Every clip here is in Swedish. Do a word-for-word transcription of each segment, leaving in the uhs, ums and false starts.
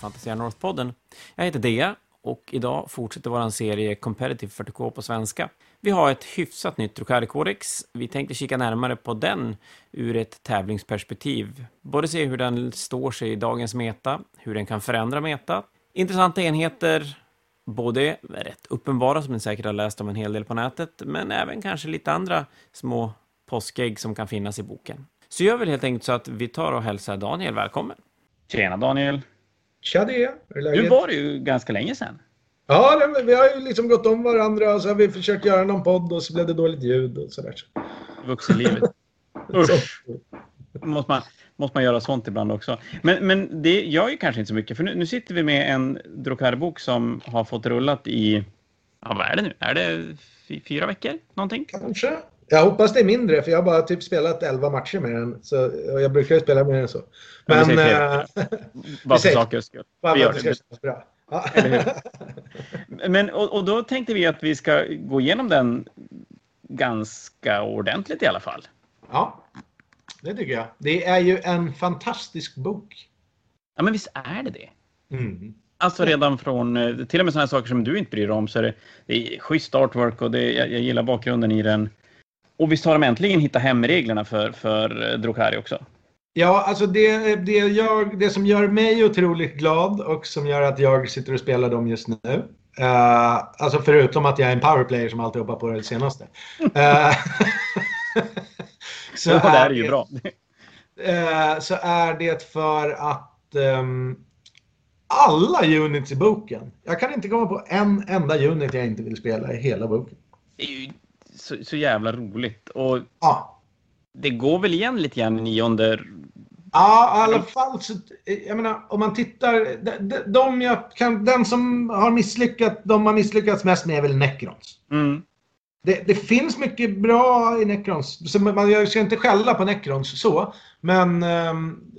Fantasia North-podden. Jag heter Dea och idag fortsätter vår serie Competitive fyrtio K på svenska. Vi har ett hyfsat nytt Drukhari-kodex. Vi tänkte kika närmare på den ur ett tävlingsperspektiv. Både se hur den står sig i dagens meta, hur den kan förändra meta. Intressanta enheter, både rätt uppenbara som ni säkert har läst om en hel del på nätet, men även kanske lite andra små påskägg som kan finnas i boken. Så jag vill helt enkelt så att vi tar och hälsar Daniel välkommen. Tjena Daniel. Tja det. Du var det ju ganska länge sedan. Ja, det, vi har ju liksom gått om varandra och så har vi försökt göra någon podd och så blev det dåligt ljud och sådär. Vuxenlivet. Usch. Måste man, måste man göra sånt ibland också. Men, men det gör ju kanske inte så mycket. För nu, nu sitter vi med en Drukhari-bok som har fått rullat i... Ja, vad är det nu? Är det f- fyra veckor? Någonting? Kanske. Jag hoppas det är mindre, för jag har bara typ spelat elva matcher med den. Så, och jag brukar ju spela med den så. Men... Ja, äh, bara för saker skull. Bara för att det ska kännas bra. Ja. Men, och, och då tänkte vi att vi ska gå igenom den ganska ordentligt i alla fall. Ja, det tycker jag. Det är ju en fantastisk bok. Ja, men visst är det det. Mm. Alltså redan från, till och med sådana saker som du inte bryr dig om, så är det, det är schysst artwork och det, jag, jag gillar bakgrunden i den. Och visst har de äntligen hittat hemreglerna för, för Drukhari också? Ja, alltså det, det, jag, det som gör mig otroligt glad och som gör att jag sitter och spelar dem just nu. Uh, alltså förutom att jag är en powerplayer som alltid hoppar på det senaste. Uh, så ja, det är det ju bra. uh, så är det för att um, alla units i boken. Jag kan inte komma på en enda unit jag inte vill spela i hela boken. Det är ju så, så jävla roligt. Och ja. Det går väl igen lite grann i nionde... Ja, i alla fall så, jag menar, om man tittar, de, de jag kan, den som har misslyckats, de har misslyckats mest med är väl Necrons. Mm. Det, det finns mycket bra i Necrons, så man, jag ska inte skälla på Necrons så, men eh,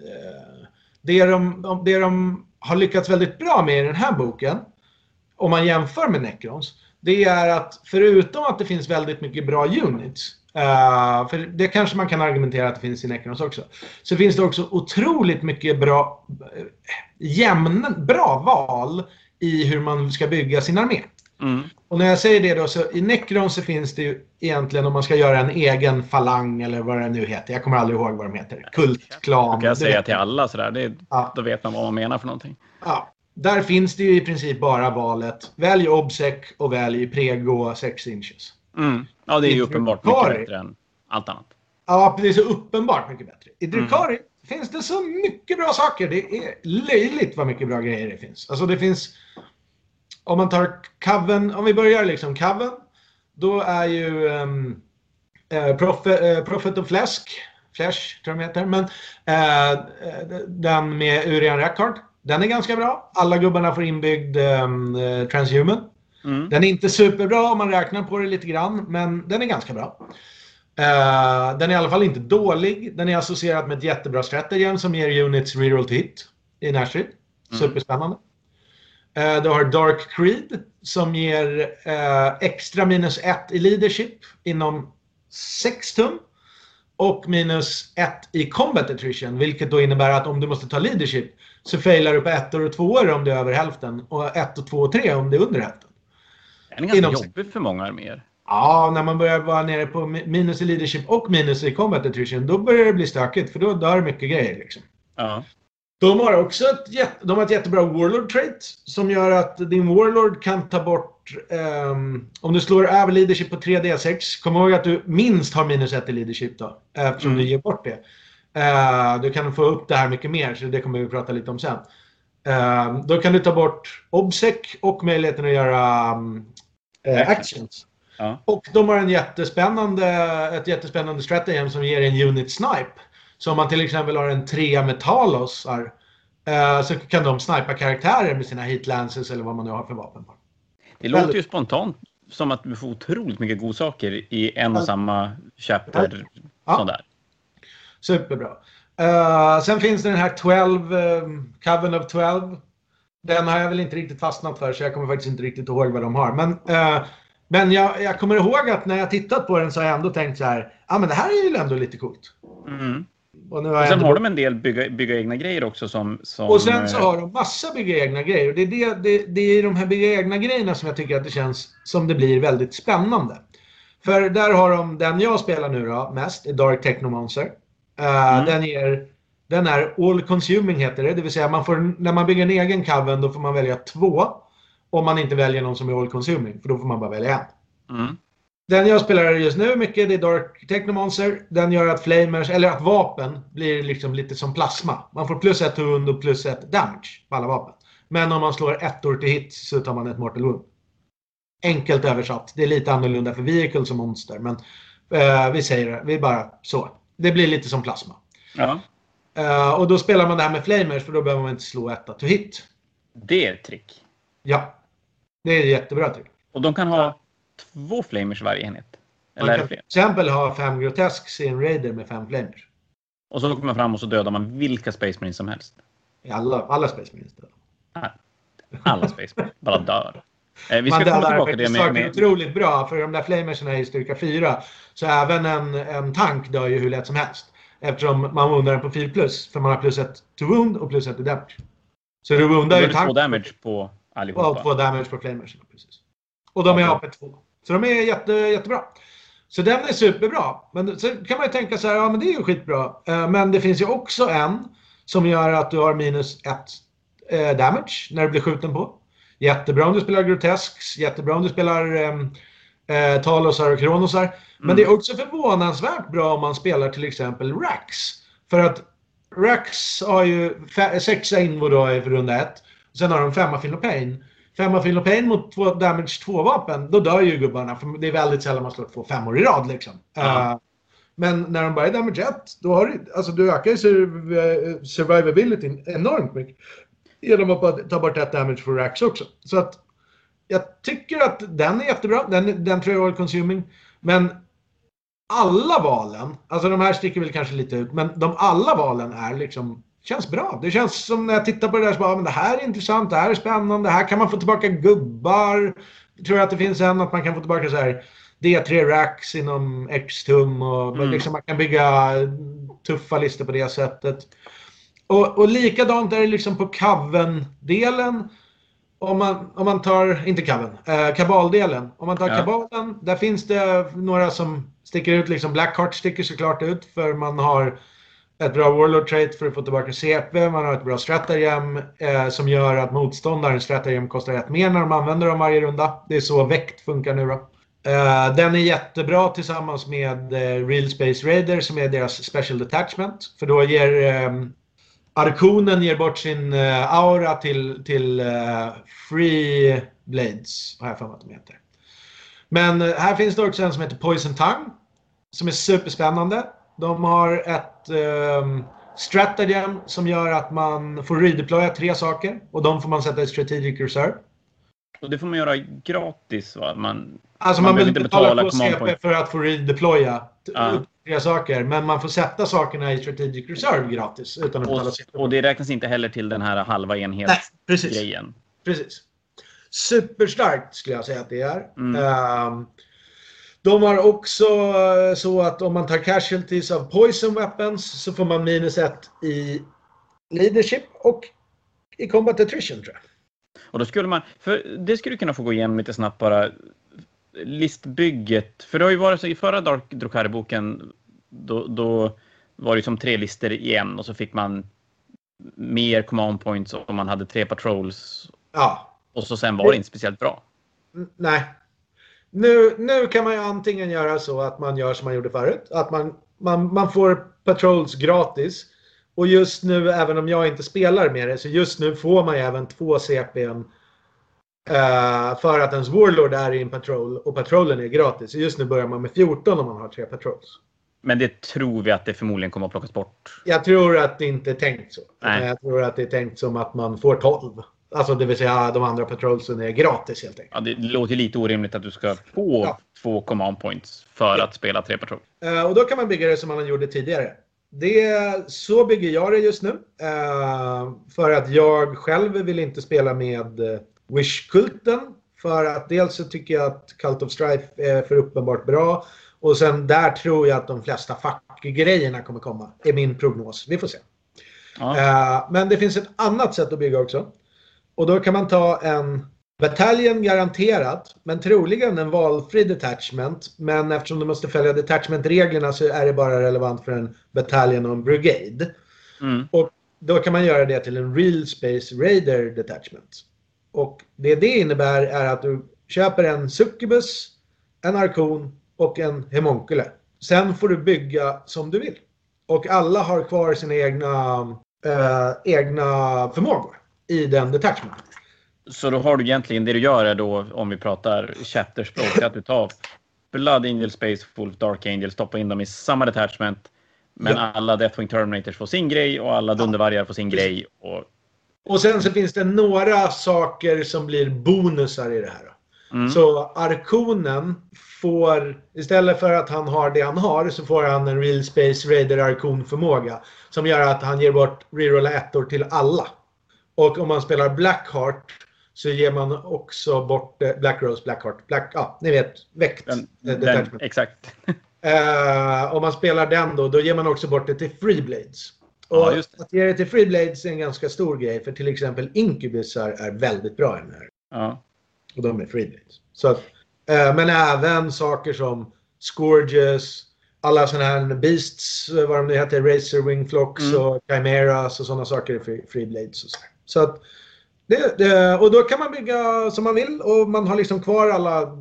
det, de, det de har lyckats väldigt bra med i den här boken, om man jämför med Necrons, det är att förutom att det finns väldigt mycket bra units, Uh, för det kanske man kan argumentera att det finns i Necrons också, så finns det också otroligt mycket bra uh, jämn, bra val i hur man ska bygga sin armé. Mm. Och när jag säger det då, så i Necrons så finns det ju egentligen, om man ska göra en egen falang eller vad det nu heter, jag kommer aldrig ihåg vad de heter, kultklan. Då kan jag säga till alla sådär, det, ja. Då vet man vad man menar för någonting. Ja, där finns det ju i princip bara valet, välj Obsec och välj Prego sex inches. Mm. Ja, det är ju uppenbart mycket bättre än allt annat. Ja, det är så uppenbart mycket bättre. I Drukhari mm. finns det så mycket bra saker. Det är löjligt vad mycket bra grejer det finns. Alltså det finns, om man tar Coven, om vi börjar liksom Coven, då är ju um, uh, Prophet, uh, Prophet of Flesk, Flesh tror jag de heter, men uh, den med Urian Rackard, den är ganska bra. Alla gubbarna får inbyggd um, uh, Transhuman. Mm. Den är inte superbra om man räknar på det lite grann, men den är ganska bra. Uh, den är i alla fall inte dålig. Den är associerad med ett jättebra strategen som ger units reroll to hit i närstrid. Mm. Superspännande. Uh, du har Dark Creed som ger uh, extra minus ett i leadership inom sex tum. Och minus ett i combat attrition, vilket då innebär att om du måste ta leadership så failar du på ett och två år om det är över hälften och ett och två och tre om det är under hälften. Det är ganska jobbigt för många arméer. Ja, när man börjar vara nere på minus i leadership och minus i combat attrition, då börjar det bli stökigt, för då dör mycket grejer liksom. Ja. De har också ett, jätte, de har ett jättebra warlord trait som gör att din warlord kan ta bort um, om du slår över leadership på tre D sex, kom ihåg att du minst har minus ett i leadership då, eftersom mm. du ger bort det. Uh, du kan få upp det här mycket mer, så det kommer vi prata lite om sen. Uh, då kan du ta bort obsec och möjligheten att göra um, uh, actions. Ja. Och de har en jättespännande, ett jättespännande strategi som ger en unit snipe. Så om man till exempel har en tre metalosar eh, så kan de snipa karaktärer med sina hitlances eller vad man nu har för vapen på. Det låter ju spontant som att du får otroligt mycket godsaker i en och samma chapter. Ja. Sån där. Superbra. Uh, sen finns det den här tolv, um, Coven of tolv. Den har jag väl inte riktigt fastnat för, så jag kommer faktiskt inte riktigt ihåg vad de har. Men, uh, men jag, jag kommer ihåg att när jag tittat på den så har jag ändå tänkt så här, ja ah, men det här är ju ändå lite coolt. Mm. och, nu har och sen ändå... har de en del bygga, bygga egna grejer också som, som... Och sen så har de massa bygga egna grejer. Och det är, det, det, det är de här bygga egna grejerna som jag tycker att det känns som det blir väldigt spännande. För där har de, den jag spelar nu då mest, är Dark Technomancer. Uh, mm. Den ger... Den är all consuming heter det. Det vill säga man får, när man bygger en egen coven då får man välja två. Om man inte väljer någon som är all consuming. För då får man bara välja en. Mm. Den jag spelar just nu mycket, det är Dark Technomancer. Den gör att flamers, eller att vapen blir liksom lite som plasma. Man får plus ett wound och plus ett damage på alla vapen. Men om man slår ettor till hit så tar man ett mortal wound. Enkelt översatt. Det är lite annorlunda för vehicles och monster. Men eh, vi säger det, vi är bara så. Det blir lite som plasma. Ja. Uh, och då spelar man det här med flamers för då behöver man inte slå etta to hit. Det är ett trick. Ja, det är ett jättebra trick. Och de kan ha två flamers varje enhet? Eller man kan till exempel ha fem grotesks i en raider med fem flamers. Och så kommer man fram och så dödar man vilka Space Marines som helst? Alla, alla Space Marines dödar. Alla Space Marines bara dör. Eh, vi ska man komma tillbaka till det med... med... otroligt bra för de där flamerserna är i styrka fyra. Så även en, en tank dör ju hur lätt som helst. Eftersom man woundar den på fyra plus. För man har plus ett to wound och plus ett till damage. Så du woundar ju tank. Två damage på allihopa. Och två damage på flamerserna, precis. Och de är A P två. Så de är jätte, jättebra. Så den är superbra. Men så kan man ju tänka så här, ja men det är ju skitbra. Men det finns ju också en som gör att du har minus ett eh, damage när du blir skjuten på. Jättebra om du spelar grotesks. Jättebra om du spelar eh, talosar och kronosar. Mm. Men det är också förvånansvärt bra om man spelar till exempel Rax. För att Rax har ju fe- sexa invå då för runda ett. Sen har de femma Philopane. Femma Philopane mot två damage två vapen. Då dör ju gubbarna. För det är väldigt sällan man slår två femmor i rad liksom. Mm. Uh, men när de bara är damage ett. Då har du, alltså du ökar ju sur- survivability enormt mycket. Genom att ta bort ett damage för Rax också. Så att jag tycker att den är jättebra. Den, den tror jag är all consuming. Men alla valen, alltså de här sticker väl kanske lite ut. Men de alla valen är liksom, känns bra. Det känns som när jag tittar på det där så bara, men det här är intressant, det här är spännande. Här kan man få tillbaka gubbar. Jag tror att det finns en att man kan få tillbaka så här D tre Rax inom X-tum. Och mm. liksom man kan bygga tuffa listor på det sättet. Och, och likadant är det liksom på Coven-delen. Om man, om man tar, inte Coven, eh, Kabal-delen. Om man tar ja. Kabalen, där finns det några som sticker ut. Liksom Blackheart sticker såklart ut. För man har ett bra Warlord trait för att få tillbaka C P. Man har ett bra Stratagem eh, som gör att motståndaren Stratagem kostar ett mer när de använder dem varje runda. Det är så väkt funkar nu då. Uh, den är jättebra tillsammans med uh, Real Space Raider som är deras Special Detachment. För då ger... Um, Arkonen ger bort sin uh, aura till, till uh, Free Blades. Vad här för att de heter. Men uh, här finns det också en som heter Poison Tongue. Som är superspännande. De har ett um, Stratagem som gör att man får redeploya tre saker. Och de får man sätta i Strategic Reserve. Och det får man göra gratis va? Man, alltså man, man vill inte betala, betala på C P för att få redeploya uh. tre saker. Men man får sätta sakerna i Strategic Reserve gratis. Utan att och, betala C P. Och det räknas inte heller till den här halva enhetsgrejen. Precis. precis. Superstarkt skulle jag säga att det är. Mm. Um, de har också så att om man tar casualties av poison weapons så får man minus ett i leadership och i combat attrition tror jag. Och då skulle man, för det skulle kunna få gå igenom lite snabbt bara listbygget. För det har ju varit så i förra Dark Drukhari-boken då, då var det som tre lister i en och så fick man mer command points om man hade tre patrols. Ja. Och så sen var det inte speciellt bra. Nej. Nu, nu kan man ju antingen göra så att man gör som man gjorde förut. Att man, man, man får patrols gratis. Och just nu, även om jag inte spelar med det, så just nu får man ju även två C P N uh, för att ens Warlord är i en patrol och patrollen är gratis. Så just nu börjar man med fjorton om man har tre patrols. Men det tror vi att det förmodligen kommer att plockas bort. Jag tror att det inte är tänkt så. Nej. Jag tror att det är tänkt som att man får tolv. Alltså det vill säga de andra patrolsen är gratis helt enkelt. Ja, det låter lite orimligt att du ska få ja. två command points för ja. att spela tre patrol. Uh, och då kan man bygga det som man gjorde tidigare. Det, så bygger jag det just nu. Uh, för att jag själv vill inte spela med uh, Wish-kulten. För att dels så tycker jag att Cult of Strife är för uppenbart bra. Och sen där tror jag att de flesta fackgrejerna kommer komma. Är min prognos. Vi får se. Ja. Uh, men det finns ett annat sätt att bygga också. Och då kan man ta en bataljon garanterat. Men troligen en valfri detachment. Men eftersom du måste följa detachment-reglerna så är det bara relevant för en bataljon och en brigade. Mm. Och då kan man göra det till en Real Space Raider detachment. Och det det innebär är att du köper en Succubus, en Arkon och en Homuncule. Sen får du bygga som du vill. Och alla har kvar sina egna, äh, egna förmågor i den detachment. Så då har du egentligen, det du gör är då, om vi pratar chapterspråk, att du tar Blood Angel, Space Wolf, Dark Angel, stoppar in dem i samma detachment. Men ja. alla Deathwing Terminators får sin grej och alla Dundervargar får sin ja. grej. Och... och sen så finns det några saker som blir bonusar i det här. Mm. Så Arkonen får, istället för att han har det han har, så får han en Real Space Raider Arkon-förmåga. Som gör att han ger bort rerolla ettor till alla. Och om man spelar Blackheart så ger man också bort Black Rose, Blackheart, Black, ja, ni vet, väkt. Den, den, exakt. Uh, om man spelar den då, då ger man också bort det till Freeblades. Och ja, just det. Att ge det till Freeblades är en ganska stor grej. För till exempel Incubusar är väldigt bra i den här. Ja. Och de är Freeblades. Så att, uh, men även saker som Scourges, alla sådana här Beasts, vad de nu heter, Razor Wing Flocks mm. och Chimeras och sådana saker är free, Freeblades och så. Så att det, det, och då kan man bygga som man vill och man har liksom kvar alla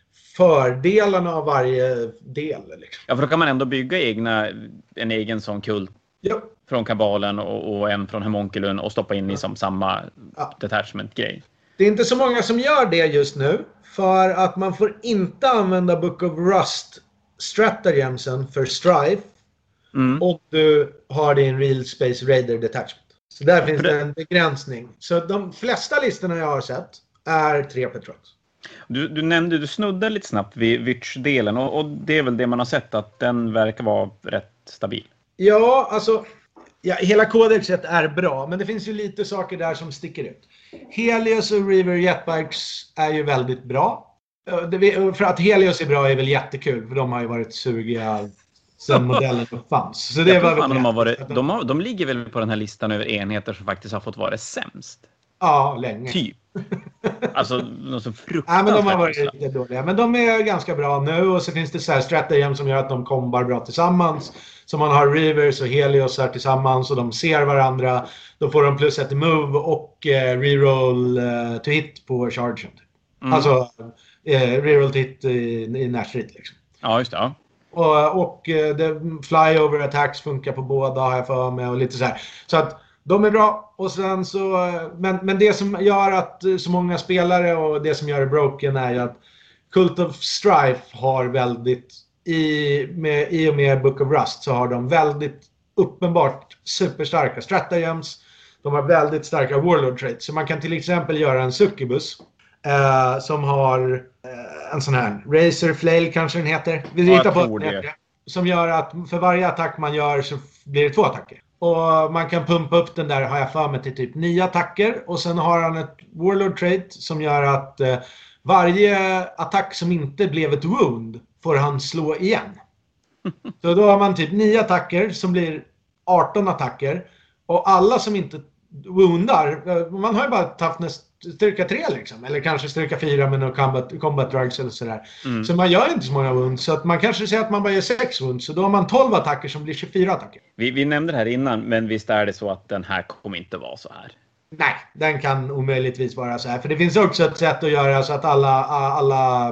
fördelarna av varje del. Liksom. Ja, för då kan man ändå bygga egna, en egen sån kult ja. från Kabalen och, och en från Homunculun och stoppa in i som samma ja. detachment-grej. Det är inte så många som gör det just nu för att man får inte använda Book of Rust stratagemsen för Strife mm. och du har din Real Space Raider detachment. Så där finns det en begränsning. Så de flesta listorna jag har sett är tre patrons. Du, du nämnde, du snuddade lite snabbt vid Vytch-delen och, och det är väl det man har sett att den verkar vara rätt stabil. Ja, alltså ja, hela kodexet är bra men det finns ju lite saker där som sticker ut. Helios och Reaver Jetbikes är ju väldigt bra. För att Helios är bra är väl jättekul för de har ju varit sugiga sen modellen fanns. Så det var de, har varit, de, har, de ligger väl på den här listan över enheter som faktiskt har fått vara sämst. Ja, länge. Typ. Alltså, något så fruktansvärt. Ja, men de har varit lite dåliga. Men de är ganska bra nu. Och så finns det så här stratagem som gör att de kombar bra tillsammans. Så man har Reavers och Helios här tillsammans. Och de ser varandra. Då får de plus ett i move och eh, reroll eh, to hit på chargen. Mm. Alltså eh, reroll to hit i, i närstrid liksom. Ja, just det. Ja. Och, och eh, det, flyover attacks funkar på båda har jag för mig. Och lite så här. Så att de är bra och sen så men, men det som gör att så många spelare och det som gör det broken är ju att Cult of Strife har väldigt i, med, i och med Book of Rust så har de väldigt uppenbart superstarka stratagems. De har väldigt starka warlord traits så man kan till exempel göra en Succubus eh, som har eh, en sån här Razor Flail kanske den heter. Vi ja, hittar på det. Som gör att för varje attack man gör så blir det två attacker. Och man kan pumpa upp den där, har jag för mig, till typ nio attacker. Och sen har han ett Warlord trait som gör att eh, varje attack som inte blev ett wound får han slå igen. Så då har man typ nio attacker som blir arton attacker. Och alla som inte woundar, man har ju bara toughness styrka tre liksom. Eller kanske styrka fyra med några combat, combat drugs eller sådär. Mm. Så man gör inte så många wounds. Så att man kanske säger att man bara gör sex wounds. Så då har man tolv attacker som blir tjugofyra attacker. Vi, vi nämnde det här innan, men visst är det så att den här kommer inte vara så här? Nej, den kan omöjligtvis vara så här. För det finns också ett sätt att göra så att alla alla,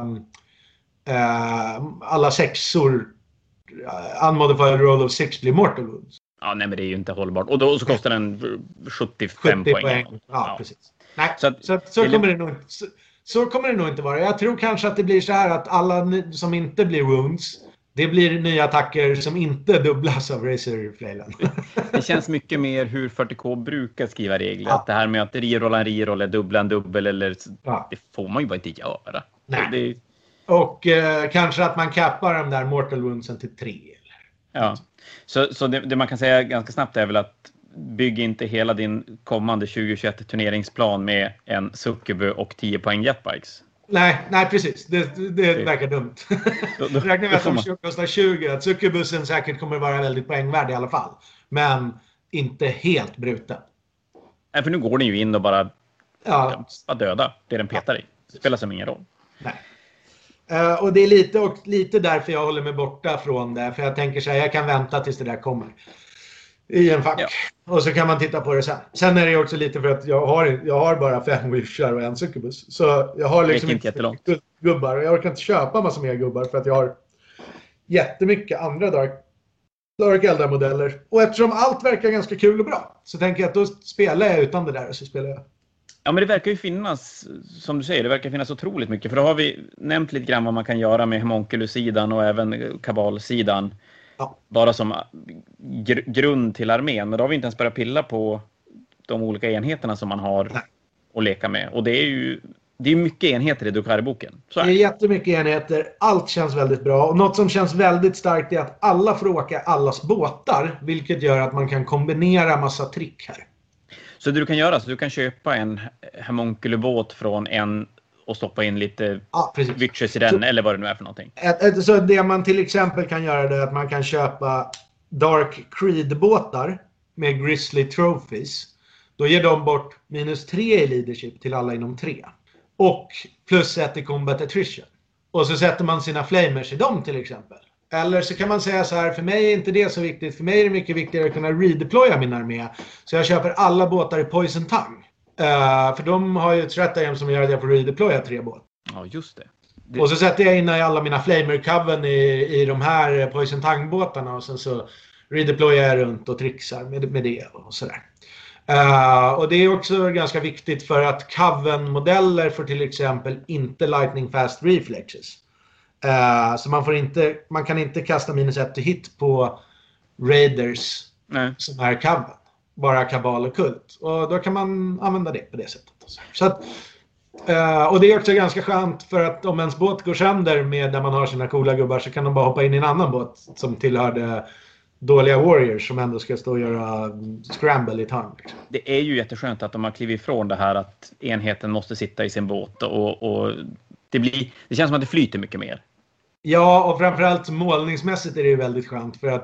äh, alla sexor uh, unmodified roll of six blir mortal wounds. Ja, nej men det är ju inte hållbart. Och då så kostar den sjuttiofem sjuttio poäng. poäng. Ja, ja, precis. Nej, så, att, så, så, kommer det nog, så, så kommer det nog inte vara. Jag tror kanske att det blir så här att alla som inte blir wounds, det blir nya attacker som inte dubblas av Razor Flailen. Det känns mycket mer hur fyrtio K brukar skriva regler. Ja. Att det här med att rerolla en reroll är dubbla en dubbel eller ja. Det får man ju bara inte göra. Nej. Det... Och eh, kanske att man kappar de där mortal woundsen till tre. Eller? Ja, så, så det, det man kan säga ganska snabbt är väl att bygg inte hela din kommande tjugo tjugoett turneringsplan med en Succubu och tio poäng jetbikes. Nej, nej precis. Det, det Okay. verkar dumt. Då, då, Räknar med att de man... kostar tjugo. Att succubusen säkert kommer vara väldigt poängvärd i alla fall. Men inte helt bruten. Nej, för nu går den ju in och bara, ja. bara döda det den petar i. Det spelar som ingen roll. Nej. Uh, och det är lite, och lite därför jag håller mig borta från det. För jag tänker så här, jag kan vänta tills det där kommer. I en fack. Ja. Och så kan man titta på det sen. Sen är det också lite för att jag har, jag har bara fem wishar och en succubus. Så jag har liksom inte jättelångt. Gubbar. Och jag orkar inte köpa massa mer gubbar för att jag har jättemycket andra Dark, Dark Eldar-modeller. Och eftersom allt verkar ganska kul och bra så tänker jag att då spelar jag utan det där och så spelar jag. Ja, men det verkar ju finnas, som du säger, det verkar finnas otroligt mycket. För då har vi nämnt lite grann vad man kan göra med Homunculus-sidan och även Kabal-sidan. Ja. Bara som gr- grund till armén. Men då har vi inte ens börjat pilla på de olika enheterna som man har Nej. Att leka med. Och det är ju det är mycket enheter i Drukhari-boken. Det är jättemycket enheter. Allt känns väldigt bra. Och något som känns väldigt starkt är att alla får åka allas båtar. Vilket gör att man kan kombinera massa trick här. Så det du kan göra, så du kan köpa en Homunculus-båt från en och stoppa in lite ja, witches i den, så, eller vad det nu är för någonting. Ett, ett, så det man till exempel kan göra det är att man kan köpa Dark Creed-båtar med Grizzly Trophies. Då ger de bort minus tre i leadership till alla inom tre. Och plus ett i combat attrition. Och så sätter man sina flamers i dem till exempel. Eller så kan man säga så här, för mig är inte det så viktigt. För mig är det mycket viktigare att kunna redeploya min armé. Så jag köper alla båtar i Poison Tongue. Uh, för de har ju ett stratagem som gör att jag får redeploya tre båtar. Ja, just det. det. Och så sätter jag in i alla mina flamer-coven i, i de här Poison Tongue-båtarna. Och sen så redeployar jag runt och trixar med, med det och sådär. Uh, och det är också ganska viktigt för att coven-modeller får till exempel inte lightning fast reflexes. Uh, så man får inte, man kan inte kasta minus ett till hit på raiders Nej. Som är coven. Bara kabal och kult. Och då kan man använda det på det sättet. Så att, uh, och det är också ganska skönt för att om ens båt går sönder med där man har sina coola gubbar så kan de bara hoppa in i en annan båt som tillhörde dåliga warriors som ändå ska stå och göra scramble i tarn. Liksom. Det är ju jätteskönt att de har klivit ifrån det här att enheten måste sitta i sin båt och, och det, blir, det känns som att det flyter mycket mer. Ja, och framförallt målningsmässigt är det ju väldigt skönt för att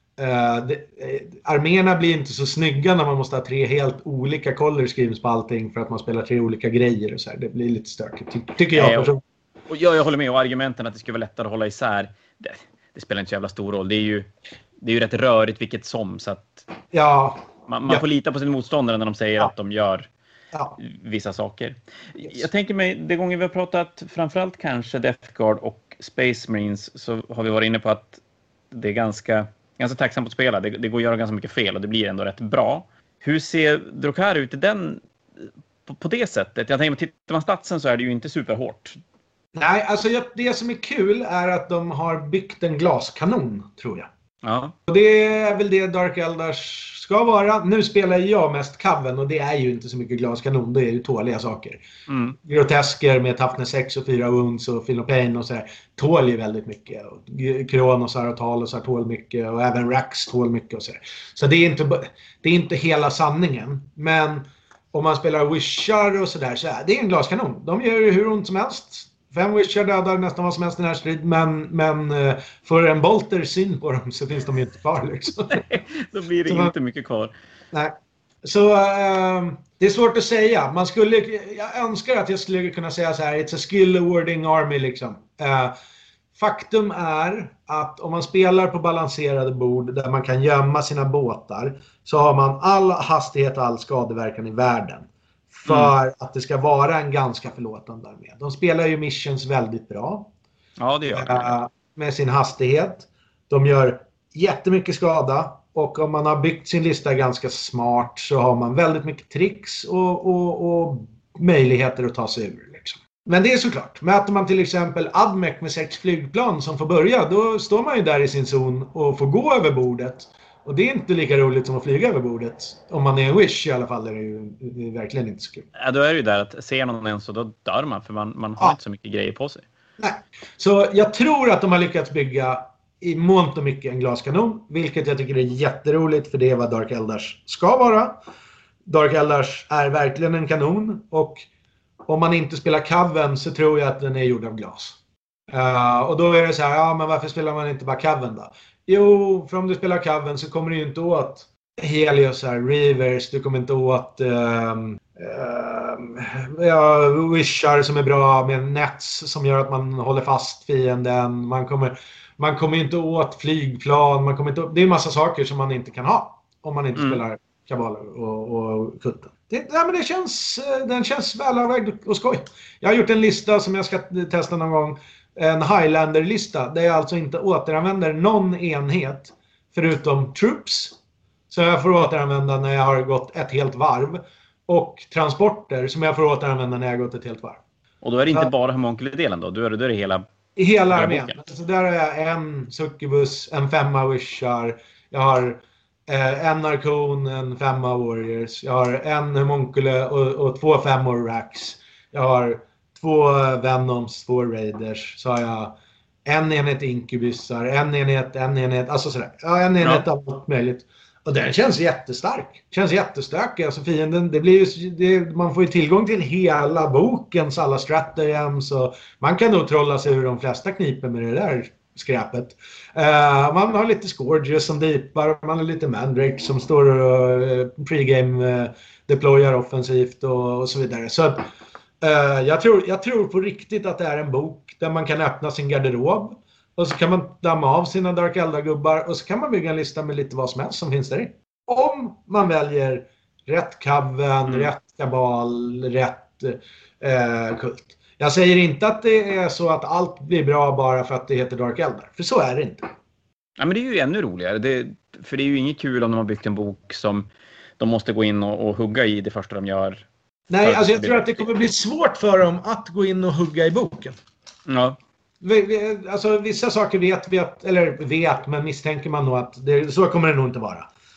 uh, det, eh, arméerna blir inte så snygga när man måste ha tre helt olika color schemes på allting för att man spelar tre olika grejer och så här. Det blir lite stökigt, ty- tycker jag. Nej, och, och jag, jag håller med, och argumenten att det skulle vara lättare att hålla isär, det, det spelar inte så jävla stor roll. Det är ju Det är ju rätt rörigt vilket som, så att ja, man, man ja. får lita på sin motståndare när de säger ja. att de gör ja. vissa saker. Yes. Jag tänker mig, det gånger vi har pratat framförallt kanske Death Guard och Space Marines, så har vi varit inne på att det är ganska, ganska tacksamt att spela. Det, det går att göra ganska mycket fel och det blir ändå rätt bra. Hur ser Drukhari ut i den, på, på det sättet? Jag tänker mig, tittar man statsen så är det ju inte superhårt. Nej, alltså det som är kul är att de har byggt en glaskanon, tror jag. Ja. Och det är väl det Dark Eldars ska vara. Nu spelar jag mest coven och det är ju inte så mycket glaskanon. Det är ju tåliga saker. Mm. Grotesker med toughness sex och fyra wounds och Philopane och sådär tål ju väldigt mycket. Och Kronosar och Talosar tål mycket och även Rax tål mycket och sådär. Så det är inte, det är inte hela sanningen. Men om man spelar wishar och sådär så är det en glaskanon. De gör ju hur ont som helst. Fem wishar dödar nästan vad som helst i den här strid. Men, men för en bolter syn på dem så finns de ju inte kvar. Liksom. Nej, då blir det så inte man, mycket kvar. Nej. Så äh, det är svårt att säga. Man skulle, jag önskar att jag skulle kunna säga så här. It's a skill awarding army liksom. Äh, faktum är att om man spelar på balanserade bord där man kan gömma sina båtar. Så har man all hastighet och all skadeverkan i världen. För mm. att det ska vara en ganska förlåtande armé. De spelar ju missions väldigt bra. Ja, det gör de. Äh, med sin hastighet. De gör jättemycket skada. Och om man har byggt sin lista ganska smart så har man väldigt mycket tricks och, och, och möjligheter att ta sig ur. Liksom. Men det är såklart. Möter man till exempel Admec med sex flygplan som får börja. Då står man ju där i sin zon och får gå över bordet. Och det är inte lika roligt som att flyga över bordet. Om man är en wish i alla fall är det ju det är verkligen inte så kul. Ja, då är det ju där att se någon ens så då dör man. För man, man har ja. inte så mycket grejer på sig. Nej. Så jag tror att de har lyckats bygga i mångt och mycket en glaskanon. Vilket jag tycker är jätteroligt för det är vad Dark Eldars ska vara. Dark Eldars är verkligen en kanon. Och om man inte spelar Coven så tror jag att den är gjord av glas. Uh, och då är det så här, ja men varför spelar man inte bara Coven då? Jo, för om du spelar Coven så kommer du ju inte åt Helios här, Reavers, du kommer inte åt um, um, ja, Wishar som är bra med nets som gör att man håller fast fienden. Man kommer, man kommer inte åt flygplan, man kommer inte åt, det är en massa saker som man inte kan ha om man inte mm. spelar kabaler och, och kulten. Det, ja, men det känns, den känns välavvägd och skoj. Jag har gjort en lista som jag ska testa någon gågång. En Highlander-lista där jag alltså inte återanvänder någon enhet förutom troops. Så jag får återanvända när jag har gått ett helt varv. Och transporter som jag får återanvända när jag har gått ett helt varv. Och då är det inte ja. bara homunculer-delen då? Då är det, då är det hela... Hela armén. Så där har jag en succubus, en femma wishar. Jag har eh, en arkon, en femma warriors. Jag har en homuncule och, och två femmor racks. Jag har två venoms, två raiders. Så har jag en enhet inkubusar, en enhet, en enhet. Alltså sådär. Ja, en enhet ja. av allt möjligt. Och den känns jättestark. Känns jättestark. Alltså fienden, det blir ju, det, man får ju tillgång till hela bokens alla stratagems. Och man kan nog trolla sig ur de flesta knipen med det där skräpet. Uh, man har lite Scourges som deepar. Man har lite Mandrake som står och uh, pregame uh, deployar offensivt och, och så vidare. Så att, uh, jag, tror, jag tror på riktigt att det är en bok där man kan öppna sin garderob. Och så kan man damma av sina Dark Eldar-gubbar. Och så kan man bygga en lista med lite vad som helst som finns där i. Om man väljer rätt Coven, mm. rätt kabal, rätt eh, kult. Jag säger inte att det är så att allt blir bra bara för att det heter Dark Eldar. För så är det inte. Ja, men det är ju ännu roligare. Det, för det är ju inget kul om de har byggt en bok som de måste gå in och, och hugga i det första de gör. Nej, alltså jag tror att det kommer bli svårt för dem att gå in och hugga i boken. Ja. Vi, vi, alltså vissa saker vet vi att, eller vet, men misstänker man nog att det, så kommer det nog inte vara.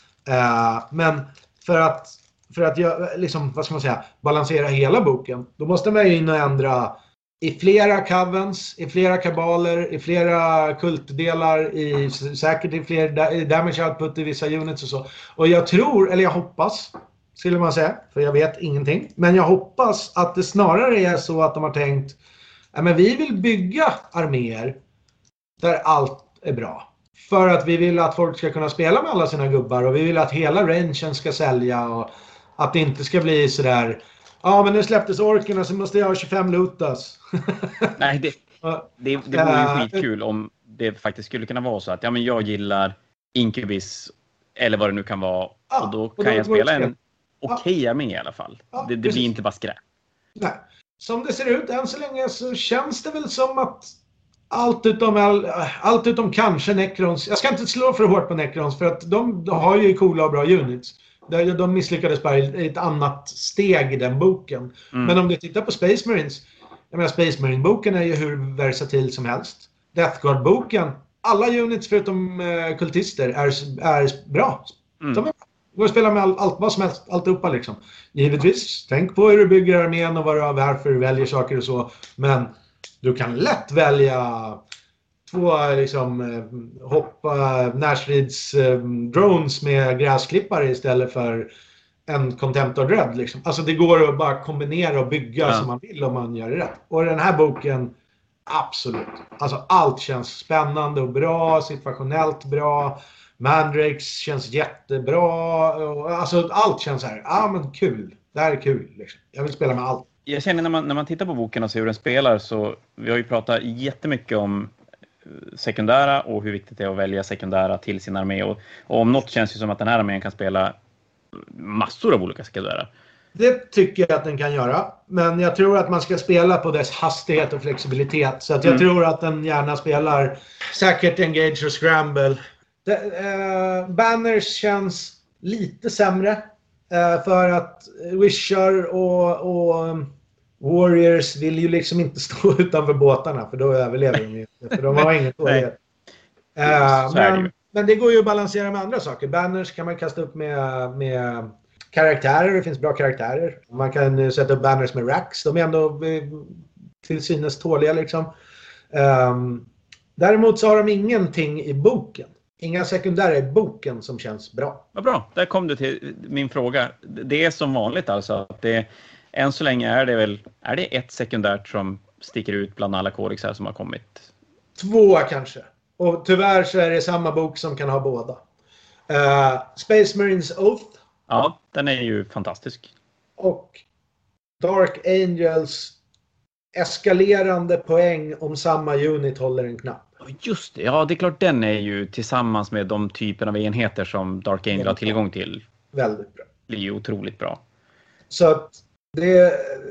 Uh, men för att, för att jag, liksom, vad ska man säga, balansera hela boken, då måste man ju in och ändra i flera covens, i flera kabaler, i flera kultdelar, i, säkert i fler i damage output i vissa units och så. Och jag tror, eller jag hoppas, skulle man säga, för jag vet ingenting, men jag hoppas att det snarare är så att de har tänkt ja, men vi vill bygga arméer där allt är bra. För att vi vill att folk ska kunna spela med alla sina gubbar. Och vi vill att hela rangen ska sälja. Och att det inte ska bli sådär. Ja, men nu släpptes orkerna så måste jag ha tjugofem lootas. Nej, det, det, det vore ju skitkul om det faktiskt skulle kunna vara så att ja, men jag gillar Incubus eller vad det nu kan vara. Ja, och då kan och då, jag spela en okej ja. armé i alla fall. Ja, det det blir inte bara skräp. Nej. Som det ser ut än så länge så känns det väl som att allt utom, all, allt utom kanske Necrons. Jag ska inte slå för hårt på Necrons för att de, de har ju coola och bra units. De, de misslyckades bara i ett annat steg i den boken. Mm. Men om du tittar på Space Marines. Jag menar Space Marine-boken är ju hur versatil som helst. Death Guard-boken. Alla units förutom uh, kultister är, är bra. Mm. De är bra. Du går att spela med all, allt, vad som helst, alltihopa liksom. Givetvis, tänk på hur du bygger armén och vad du har, varför du väljer saker och så. Men du kan lätt välja två liksom hoppa närstrids eh, drones med gräsklippare istället för en Contemptor Dread liksom. Alltså det går att bara kombinera och bygga ja. som man vill om man gör det rätt. Och den här boken, absolut. Alltså allt känns spännande och bra, situationellt bra. Mandrakes känns jättebra. Alltså allt känns så här. Ja ah, men kul. Det här är kul. Liksom. Jag vill spela med allt. Jag känner när man, när man tittar på boken och ser hur den spelar så vi har ju pratat jättemycket om sekundära och hur viktigt det är att välja sekundära till sin armé. Och, och om något känns det som att den här armén kan spela massor av olika sekundära. Det tycker jag att den kan göra. Men jag tror att man ska spela på dess hastighet och flexibilitet. Så att jag mm. tror att den gärna spelar säkert engage och scramble. Det, eh, banners känns lite sämre eh, för att Wishar och, och Warriors vill ju liksom inte stå utanför båtarna för då överlever de inte, för de har inget tålighet. Eh, men, men det går ju att balansera med andra saker. Banners kan man kasta upp med, med karaktärer, det finns bra karaktärer. Man kan sätta upp banners med racks, de är ändå till synes tåliga liksom. Eh, däremot så har de ingenting i boken. Inga sekundärer i boken som känns bra. Vad bra, där kom du till min fråga. Det är som vanligt alltså att det än så länge är det väl är det ett sekundärt som sticker ut bland alla kodexar som har kommit. Två kanske. Och tyvärr så är det samma bok som kan ha båda. Uh, Space Marines Oath. Ja, den är ju fantastisk. Och Dark Angels eskalerande poäng om samma unit håller en knapp. Just det, ja det är klart den är ju tillsammans med de typen av enheter som Dark Angel har tillgång till. Väldigt bra. Det är ju otroligt bra. Så att, det,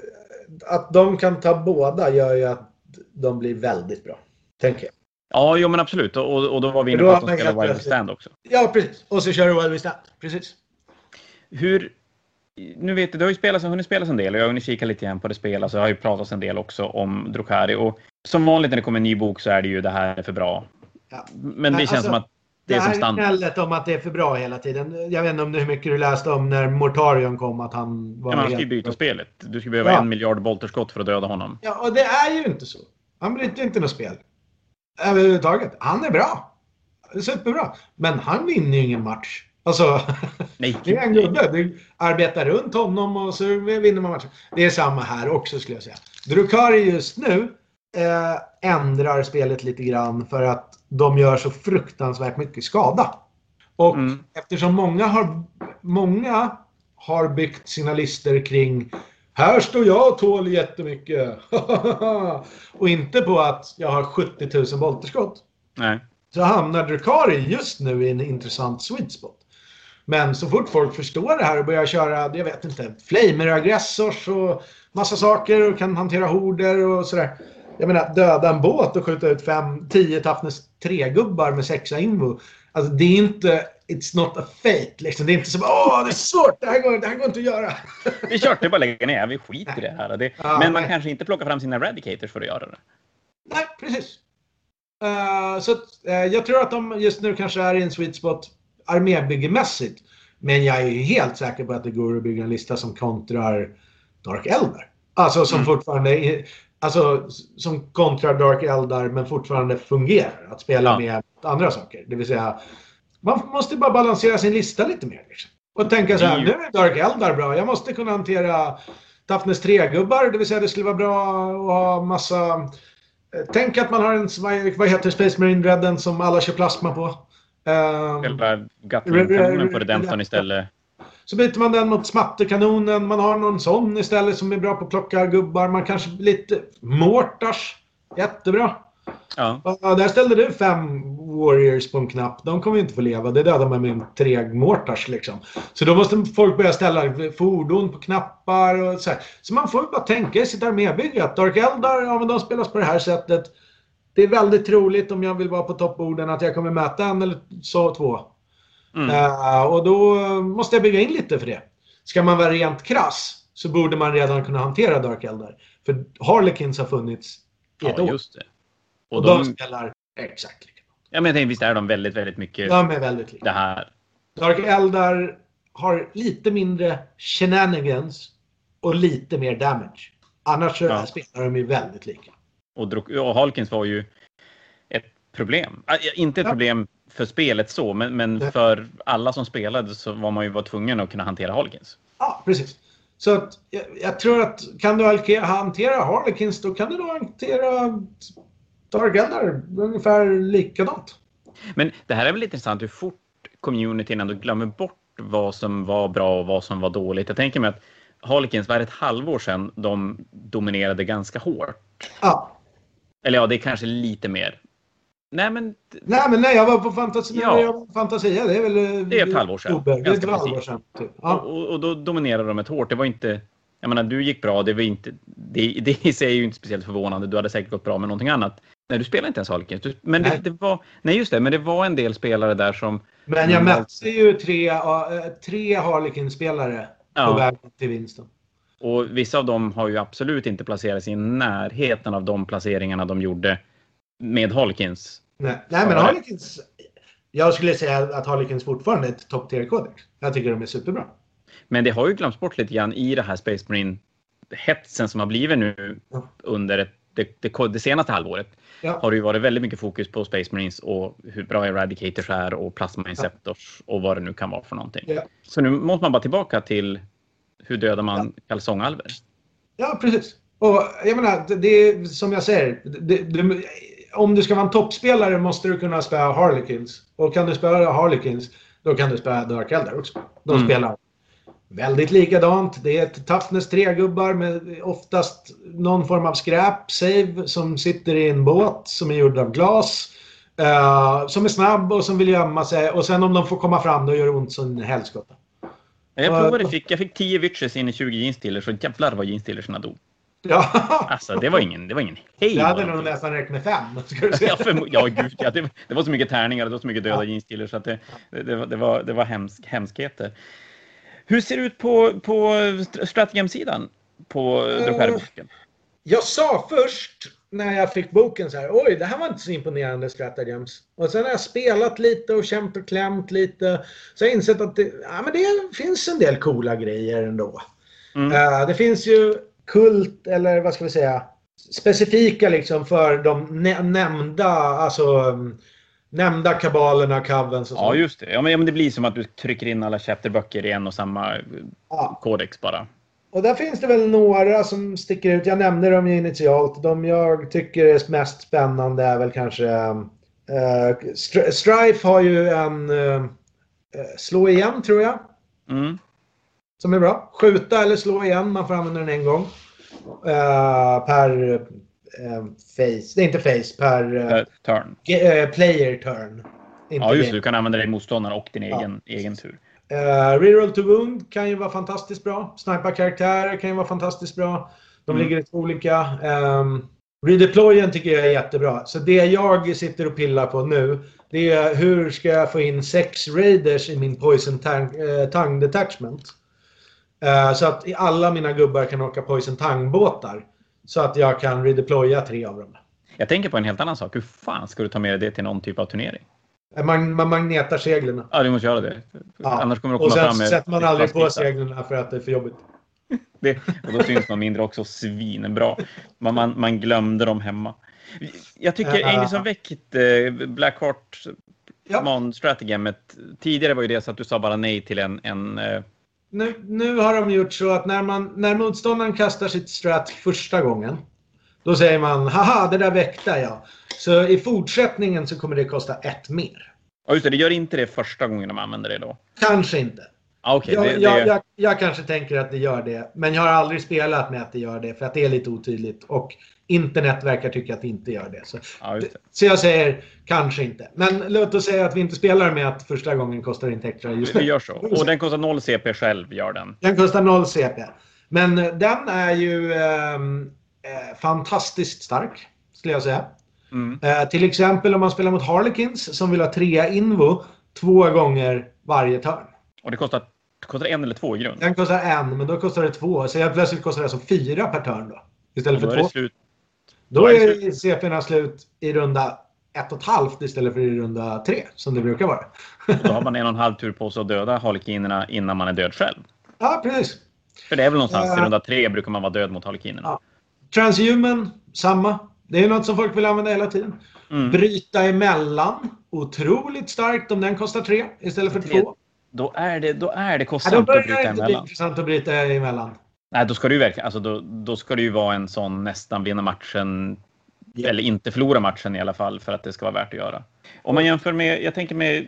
att de kan ta båda gör ju att de blir väldigt bra, tänker jag. Ja, jo men absolut. Och, och då var vi inne på att de spelar Wild Stand också. Ja, precis. Och så kör du Wild Stand. Precis. Hur... Nu vet du, du har ju spelat, hunnit spela en del och jag har hunnit kika lite igen på det spel. Alltså jag har ju pratat en del också om Drukhari. Och som vanligt när det kommer en ny bok så är det ju det här är för bra. Ja. Men det Nej, känns alltså, som att det är som standard. Det här är standard. om att det är för bra hela tiden. Jag vet inte om det hur mycket du läste om när Mortarion kom att han var... Ja, man ska ju byta spelet. Du ska behöva ja. en miljard bolterskott för att döda honom. Ja, och det är ju inte så. Han bryter inte något spel. Överhuvudtaget. Han är bra. Superbra. Men han vinner ju ingen match. Alltså, nej, det är en gubbe. Du arbetar runt honom och så vinner man matchen. Det är samma här också skulle jag säga. Drukhari just nu eh, ändrar spelet lite grann för att de gör så fruktansvärt mycket skada. Och mm. eftersom många har, många har byggt sina lister kring här står jag och tål jättemycket. Och inte på att jag har sjuttio tusen volterskott. Nej. Så hamnar Drukhari just nu i en intressant sweet spot. Men så fort folk förstår det här och börjar köra, jag vet inte, flamer, aggressors och massa saker och kan hantera horder och sådär. Jag menar, döda en båt och skjuta ut fem, tio Toughness tre gubbar med sexa invo. Alltså det är inte, it's not a fate liksom. Det är inte som, åh det är svårt, det här går, det här går inte att göra. Vi kört det bara lägga ner, vi skiter i det här. Det, ja, men man nej. kanske inte plockar fram sina eradicators för att göra det. Nej, precis. Uh, så uh, jag tror att de just nu kanske är i en sweet spot armébyggemässigt. Men jag är helt säker på att det går att bygga en lista som kontrar Dark Eldar. Alltså som mm. fortfarande är, alltså som kontrar Dark Eldar men fortfarande fungerar. Att spela ja. med andra saker. Det vill säga, man måste bara balansera sin lista lite mer. Liksom. Och tänka så här, nu är Dark Eldar bra. Jag måste kunna hantera Toughness tre-gubbar. Det vill säga, det skulle vara bra att ha massa... Tänk att man har en, vad heter Space Marine Redden som alla kör plasma på. Själva um, Gatling-kanonen på Redemptorn istället. Så byter man den mot smatterkanonen. Man har någon sån istället som är bra på att plocka gubbar. Man kanske lite Mortars. Jättebra. Ja. Uh, där ställde du fem Warriors på en knapp. De kommer ju inte få leva. Det dödar man med tre Mortars liksom. Så då måste folk börja ställa fordon på knappar och så här. Så man får bara tänka i sitt armébygge att Dark Eldar, ja men de spelas på det här sättet. Det är väldigt troligt om jag vill vara på toppborden att jag kommer möta en eller så två. Mm. Uh, och då måste jag bygga in lite för det. Ska man vara rent krass så borde man redan kunna hantera Dark Eldar. För Harlequins har funnits i ett ja, år. Just det. Och, och de, de spelar exakt likadant. Ja, men jag tänkte visst är de väldigt, väldigt mycket de är väldigt lika. Det här. Dark Eldar har lite mindre shenanigans och lite mer damage. Annars ja. spelar de ju väldigt lika. Och, och Harlequins var ju ett problem. Inte ett ja. problem för spelet så, men, men för alla som spelade så var man ju var tvungen att kunna hantera Harlequins. Ja, precis. Så att, jag, jag tror att kan du hantera Harlequins då kan du då hantera Dark Eldar ungefär likadant. Men det här är väl lite intressant hur fort communityn ändå glömmer bort vad som var bra och vad som var dåligt. Jag tänker mig att Harlequins var ett halvår sedan de dominerade ganska hårt. Ja. Eller ja, det är kanske lite mer. Nej, men... Nej, men nej, jag var på Fantasia. Ja. Jag var på Fantasia. Det är väl... Det är ett halvår sedan. Ober. Det är ett halvår sedan. Typ. Ja. Och, och, och då dominerade de ett hårt. Det var inte... Jag menar, du gick bra. Det var inte... Det, det i sig är ju inte speciellt förvånande. Du hade säkert gått bra med någonting annat. Nej, du spelar inte ens Harlequins. Du, men det, det var... Nej, just det. Men det var en del spelare där som... Men jag mötte ju tre, äh, tre Harlequins-spelare ja. på vägen till vinsten. Och vissa av dem har ju absolut inte placerats i närheten av de placeringarna de gjorde med Harlequins. Nej, nej men Harlequins... Jag skulle säga att Harlequins fortfarande är ett top tier kodex. Jag tycker de är superbra. Men det har ju glömts bort lite grann i det här Space Marine-hetsen som har blivit nu ja. under ett, det, det, det senaste halvåret. Ja. Har det ju varit väldigt mycket fokus på Space Marines och hur bra Eradicators är och Plasma Inceptors ja. och vad det nu kan vara för någonting. Ja. Så nu måste man bara tillbaka till hur dödar man ja. kalsongalver. Ja, precis. Och jag menar, det är som jag säger, det, det, om du ska vara en toppspelare måste du kunna spela Harlequins. Och kan du spela Harlequins, då kan du spela Dark Eldar också. De mm. spelar väldigt likadant. Det är ett toughness tre-gubbar med oftast någon form av skräp, save, som sitter i en båt som är gjord av glas. Uh, som är snabb och som vill gömma sig. Och sen om de får komma fram, då gör det ont som helskotta. Jag provade, fick, jag fick tio witches in i tjugo jeansstillers, och jävlar vad jeanstillerserna dog. Ja. Alltså, det var ingen, det var ingen hej. Jag hade nog nästan räckt med fem, ska du säga. Ja, för, ja gud, ja, det, det var så mycket tärningar, det var så mycket döda ja. jeansstillers, så att det, det, det, det var, det var hemsk, hemskheter. Hur ser det ut på, på strategem-sidan på Drukari-boken? Jag sa först när jag fick boken så här, oj, det här var inte så imponerande stratagems. Och sen har jag spelat lite och kämt och klämt lite. Så jag har insett att det, ja, men det finns en del coola grejer ändå. Mm. Uh, det finns ju kult, eller vad ska vi säga, specifika liksom för de nä- nämnda, alltså um, nämnda kabalerna, Covens och så. Ja, just det. Ja, men, ja, men det blir som att du trycker in alla chapterböcker i en och samma ja. kodex bara. Och där finns det väl några som sticker ut. Jag nämnde dem ju initialt. De jag tycker är mest spännande är väl kanske... Uh, Strife har ju en... Uh, slå igen, tror jag. Mm. Som är bra. Skjuta eller slå igen. Man får använda den en gång. Uh, per uh, face. Det är inte face. Per... Uh, per turn. G- uh, player turn. Inte ja, just det. Du kan använda det i motståndaren och din ja. egen, egen tur. Uh, Reroll to Wound kan ju vara fantastiskt bra. Sniper-karaktärer kan ju vara fantastiskt bra. De mm. ligger i två olika. Um, Redeployen tycker jag är jättebra. Så det jag sitter och pillar på nu, det är hur ska jag få in sex raiders i min Poison tang, uh, Tang Detachment. Uh, så att alla mina gubbar kan åka Poison Tang-båtar. Så att jag kan redeploya tre av dem. Jag tänker på en helt annan sak. Hur fan ska du ta med det till någon typ av turnering? Man, man magnetar seglen. Ja, du måste göra det. Ja. Annars kommer du och komma sen fram med sätter man aldrig på seglen för att det är för jobbigt. Det, och då syns man mindre också svinbra. Man, man, man glömde dem hemma. Jag tycker uh, Angels of Vect, eh, Blackheart ja. Man Stratagemet. Tidigare var ju det så att du sa bara nej till en... en eh... nu, nu har de gjort så att när, man, när motståndaren kastar sitt strat första gången, då säger man, haha, det där väckte jag. Så i fortsättningen så kommer det kosta ett mer. Ja, just det. Det gör inte det första gången de använder det då? Kanske inte. Ah, okay. jag, det, det... Jag, jag, jag kanske tänker att det gör det. Men jag har aldrig spelat med att det gör det. För att det är lite otydligt. Och internet verkar tycka att det inte gör det. Så, ja, just det. så jag säger kanske inte. Men låt oss säga att vi inte spelar med att första gången kostar inte extra. Just vi gör så. Och den kostar noll C P själv, gör den. Den kostar noll C P. Men den är ju eh, eh, fantastiskt stark, skulle jag säga. Mm. Eh, till exempel om man spelar mot Harlequins som vill ha tre invo två gånger varje turn. Och det kostar, kostar en eller två i grund? Den kostar en, men då kostar det två. Så jag plötsligt kostar det alltså fyra per turn då. Istället då för är två. Det slut. Då, då är, är C P:na slut i runda ett och ett halvt istället för i runda tre, som det brukar vara. Då har man en och en halv tur på sig att döda Harlequinerna innan man är död själv. Ja, precis. För det är väl någonstans uh, i runda tre brukar man vara död mot Harlequinerna. Ja. Transhuman, samma. Det är något som folk vill använda hela tiden. Mm. Bryta emellan. Otroligt starkt om den kostar tre istället för tre. två. Då är det, då är det kostsamt ja, att bryta emellan. Det är intressant att bryta emellan. Nej, då ska det ju verkligen, alltså då, då ska det ju vara en sån nästan vinna matchen yeah. eller inte förlora matchen i alla fall för att det ska vara värt att göra. Om man jämför med, jag tänker med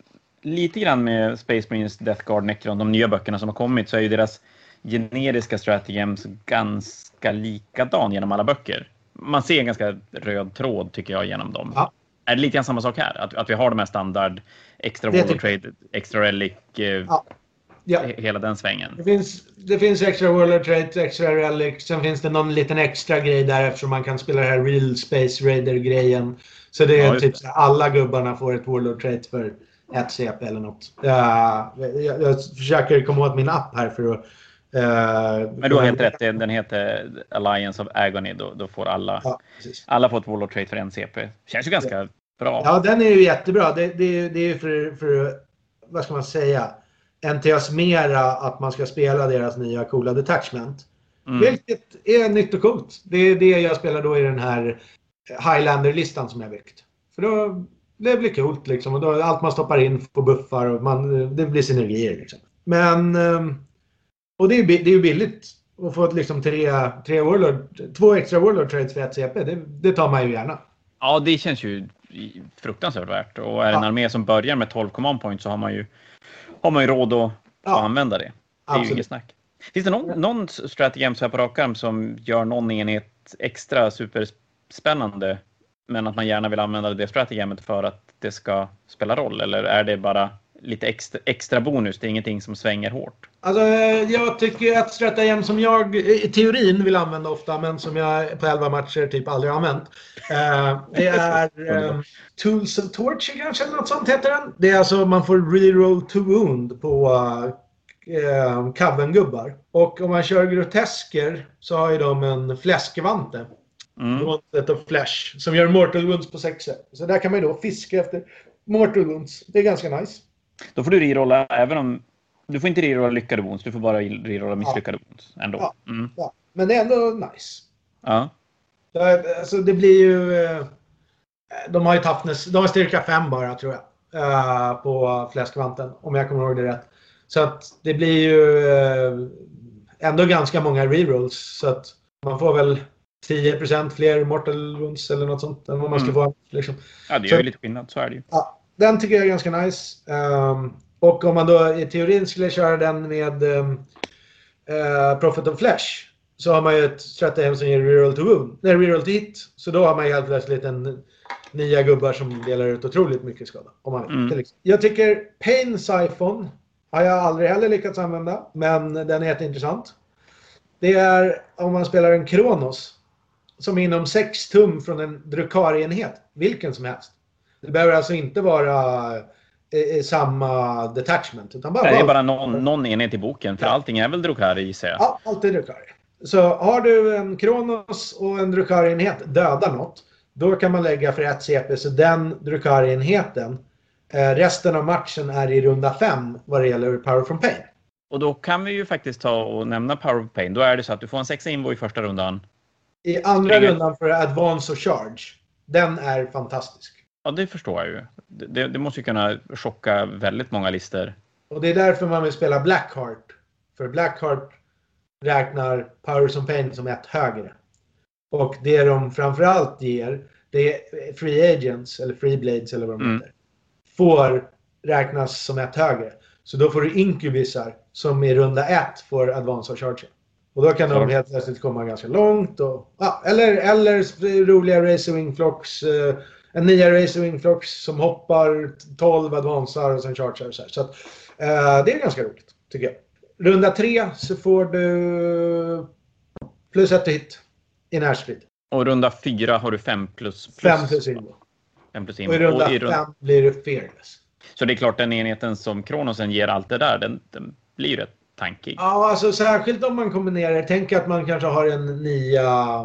lite grann med Space Marines, Death Guard, Necron, de nya böckerna som har kommit, så är ju deras generiska stratagems ganska likadan genom alla böcker. Man ser en ganska röd tråd tycker jag genom dem. Ja. Är det lite grann samma sak här? Att, att vi har de här standard, extra Warlord Trade, extra Relic, eh, ja. Ja. hela den svängen. Det finns, det finns extra Warlord Trade, extra Relic. Sen finns det någon liten extra grej där eftersom man kan spela det här Real Space Raider-grejen. Så det är ja, typ så alla gubbarna får ett Warlord Trade för ett C P eller något. Ja, jag, jag försöker komma åt min app här för att Uh, men du har helt rätt, den heter Alliance of Agony, då, då får alla ja, alla får ett Warlord Trade för en C P. Känns ju ganska ja. bra. Ja, den är ju jättebra. Det, det, det är ju för, för, vad ska man säga, entusiasmera att man ska spela deras nya coola detachment. Mm. Vilket är nytt och coolt. Det är det jag spelar då i den här Highlander-listan som jag byggt. För då det blir coolt liksom. Och då allt man stoppar in får buffar och man, det blir synergier liksom. Men... Och det är ju det är billigt och få liksom tre, tre Warlord, två extra Warlord trades för ett C P, det, det tar man ju gärna. Ja, det känns ju fruktansvärt värt. Och är det en ja. armé som börjar med tolv command points så har man ju, har man ju råd att ja. använda det. Det är Absolut. ju inget snack. Finns det någon, någon strategi så här på rakarm som gör någon enhet extra superspännande, men att man gärna vill använda det strategemet för att det ska spela roll? Eller är det bara lite extra, extra bonus? Det är ingenting som svänger hårt. Alltså, jag tycker att stratagem som jag i teorin vill använda ofta, men som jag på elva matcher typ aldrig har använt. Eh, det är eh, Tools of Torture kanske, eller något sånt heter den. Det är alltså man får reroll to wound på eh, Coven-gubbar. Och om man kör grotesker så har ju de en fläskvante. Mm. Of flash, som gör mortal wounds på sex. Så där kan man ju då fiska efter mortal wounds. Det är ganska nice. Då får du rerolla även om du får inte rerolla lyckade wounds, du får bara rerolla misslyckade ja. wounds ändå. Ja. Mm. ja, men det är ändå nice. Ja. Så, alltså det blir ju de har ju toughness, de har styrka fem bara tror jag på fläskvanten om jag kommer ihåg det rätt. Så att det blir ju ändå ganska många rerolls, så att man får väl tio procent fler mortal wounds eller något sånt än vad man ska mm. få. Liksom. Ja, det gör ju lite skillnad, så är det ju. Ja, den tycker jag är ganska nice. Um, och om man då i teorin skulle köra den med um, uh, Prophet of Flesh, så har man ju ett strategi som ger reroll to wound. Nej, reroll to hit. Så då har man ju helt plötsligt en nya gubbar som delar ut otroligt mycket skada. Om man vill. Mm. Jag tycker Pain Siphon har jag aldrig heller lyckats använda, men den är jätteintressant. Det är om man spelar en Kronos som är inom sex tum från en Drukhari-enhet, vilken som helst. Det behöver alltså inte vara eh, samma detachment, utan bara... Det är bara någon, någon enhet i boken, för ja. allting är väl Drukhari, gissar jag. Ja, allt är Drukhari. Så har du en Kronos och en Drukhari-enhet dödar något, då kan man lägga för ett C P, så den Drukhari-enheten, eh, resten av matchen är i runda fem vad det gäller Power from Pain. Och då kan vi ju faktiskt ta och nämna Power of Pain. Då är det så att du får en sexa invo i första rundan. I andra Springer. rundan för Advance och Charge. Den är fantastisk. Ja, det förstår jag ju. Det, det måste ju kunna chocka väldigt många lister. Och det är därför man vill spela Blackheart. För Blackheart räknar Powers of Pain som ett högre. Och det de framförallt ger, det är Free Agents, eller Free Blades eller vad de mm. heter, får räknas som ett högre. Så då får du inkubisar som i runda ett får Advance och Charge. Och då kan de helt plötsligt komma ganska långt. Och, ja, eller, eller roliga Razorwing Flocks. Eh, en nya Razorwing Flocks som hoppar tolv advansar och sen chargear. Så, så att, eh, det är ganska roligt, tycker jag. Runda tre så får du plus ett hit i närstrid. Och runda fyra har du fem plus... plus fem plus invo. fem plus invo. Och i runda, och i runda fem blir det fearless. Så det är klart, den enheten som Kronosen ger allt det där, den, den blir ju rätt tankig. Ja, alltså särskilt om man kombinerar. Tänk att man kanske har en nya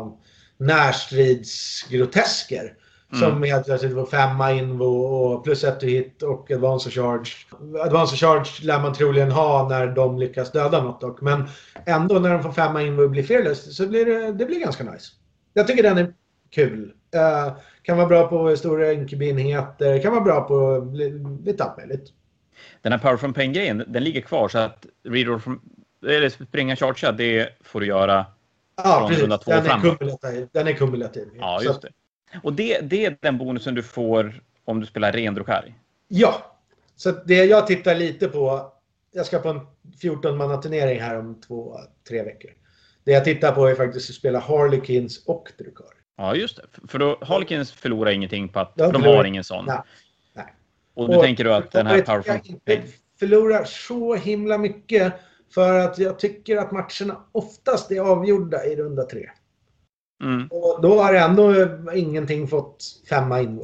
närstridsgrotesker. Mm. Som helt plötsligt får femma invo och plus ett hit och advance och charge. Advance och charge lär man troligen ha när de lyckas döda något dock. Men ändå när de får femma invo och blir fearless så blir det, det blir ganska nice. Jag tycker den är kul. Uh, kan vara bra på stora inkubinheter. Kan vara bra på lite allt möjligt. Den här Power from Pain-grejen, den ligger kvar så att reroll from, eller springa charge, det får du göra ja, från runda två den framåt. Är kumulativ. Den är kumulativ. Ja, just det. Och det, det är den bonusen du får om du spelar ren Drukhari? Ja, så det jag tittar lite på, jag ska på en fjorton-manna turnering här om två, tre veckor. Det jag tittar på är faktiskt att spela Harlequins och Drukhari. Ja, just det. För då Harlequins förlorar ingenting på att de, de har ingen sån. Nej. Nej. Och du och, tänker du att den här Power from Pain förlorar så himla mycket för att jag tycker att matcherna oftast är avgjorda i runda tre. Mm. Och då har ändå ingenting fått femma in.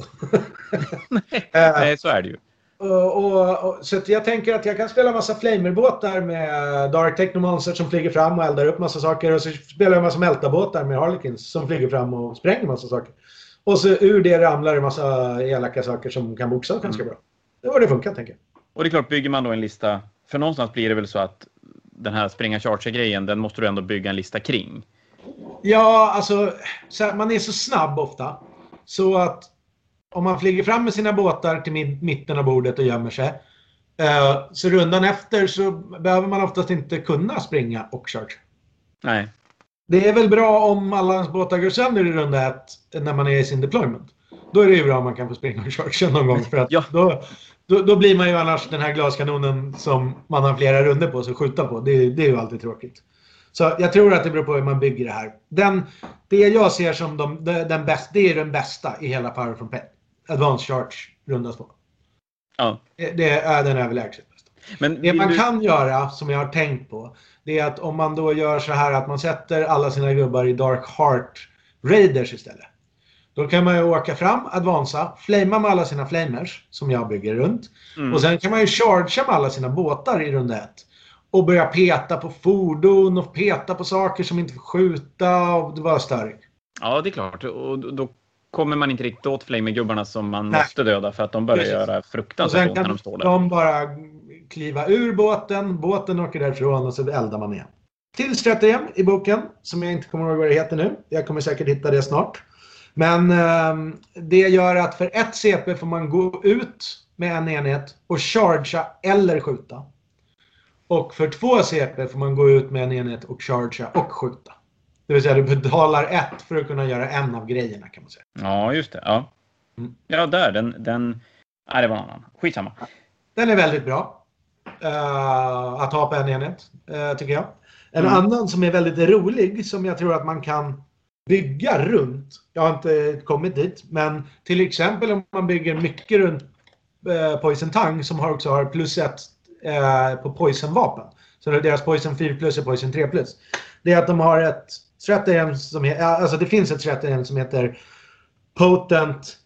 Nej, så är det ju. Och, och, och, så att jag tänker att jag kan spela massa flamerbåtar med Dark Technomancer som flyger fram och eldar upp massa saker. Och så spelar jag massa Melta-båtar med Harlequins som flyger fram och spränger massa saker. Och så ur det ramlar en massa elaka saker som kan boxa ganska mm. bra. Det var det funkar, tänker jag. Och det är klart, bygger man då en lista, för någonstans blir det väl så att den här springa charge-grejen, den måste du ändå bygga en lista kring. Ja, alltså så här, man är så snabb ofta så att om man flyger fram med sina båtar till mitten av bordet och gömmer sig eh, så rundan efter så behöver man oftast inte kunna springa och charge. Nej. Det är väl bra om alla ens båtar går sönder i runda ett när man är i sin deployment. Då är det ju bra om man kan få springa och charge någon gång. För att ja. då, då, då blir man ju annars den här glaskanonen som man har flera runder på sig att skjuta på. Det, det är ju alltid tråkigt. Så jag tror att det beror på hur man bygger det här. Den, det jag ser som de, den bästa, det är den bästa i hela Power from Pen. Advanced Charge runda två. Ja. Det, det är den överlägset bästa. Men det man du... kan göra, som jag har tänkt på, det är att om man då gör så här att man sätter alla sina gubbar i Dark Heart Raiders istället. Då kan man ju åka fram, advansa, flamea med alla sina flamers som jag bygger runt. Mm. Och sen kan man ju chargea med alla sina båtar i runda ett. Och börja peta på fordon och peta på saker som inte får skjuta och det var störigt. Ja, det är klart. Och då kommer man inte riktigt åt flamergubbarna som man Nej. måste döda för att de börjar Precis. göra fruktansvärt ont när de står där. De bara kliva ur båten, båten åker därifrån och så eldar man igen. Till strategin i boken, som jag inte kommer ihåg vad det heter nu. Jag kommer säkert hitta det snart. Men eh, det gör att för ett C P får man gå ut med en enhet och chargea eller skjuta. Och för två C P får man gå ut med en enhet och chargea och skjuta. Det vill säga du betalar ett för att kunna göra en av grejerna kan man säga. Ja, just det. Ja, mm. ja där. Den, den... Nej, det var en annan. Skitsamma. Den är väldigt bra. Uh, att ha på en enhet, uh, tycker jag. En mm. annan som är väldigt rolig, som jag tror att man kan bygga runt. Jag har inte kommit dit. Men till exempel om man bygger mycket runt uh, Poison Tang som har också har plus ett uh, på Poison-vapen. Så deras Poison fyra plus och Poison tre plus. Det är att de har ett stratagem som heter, alltså det finns ett stratagem som heter Potent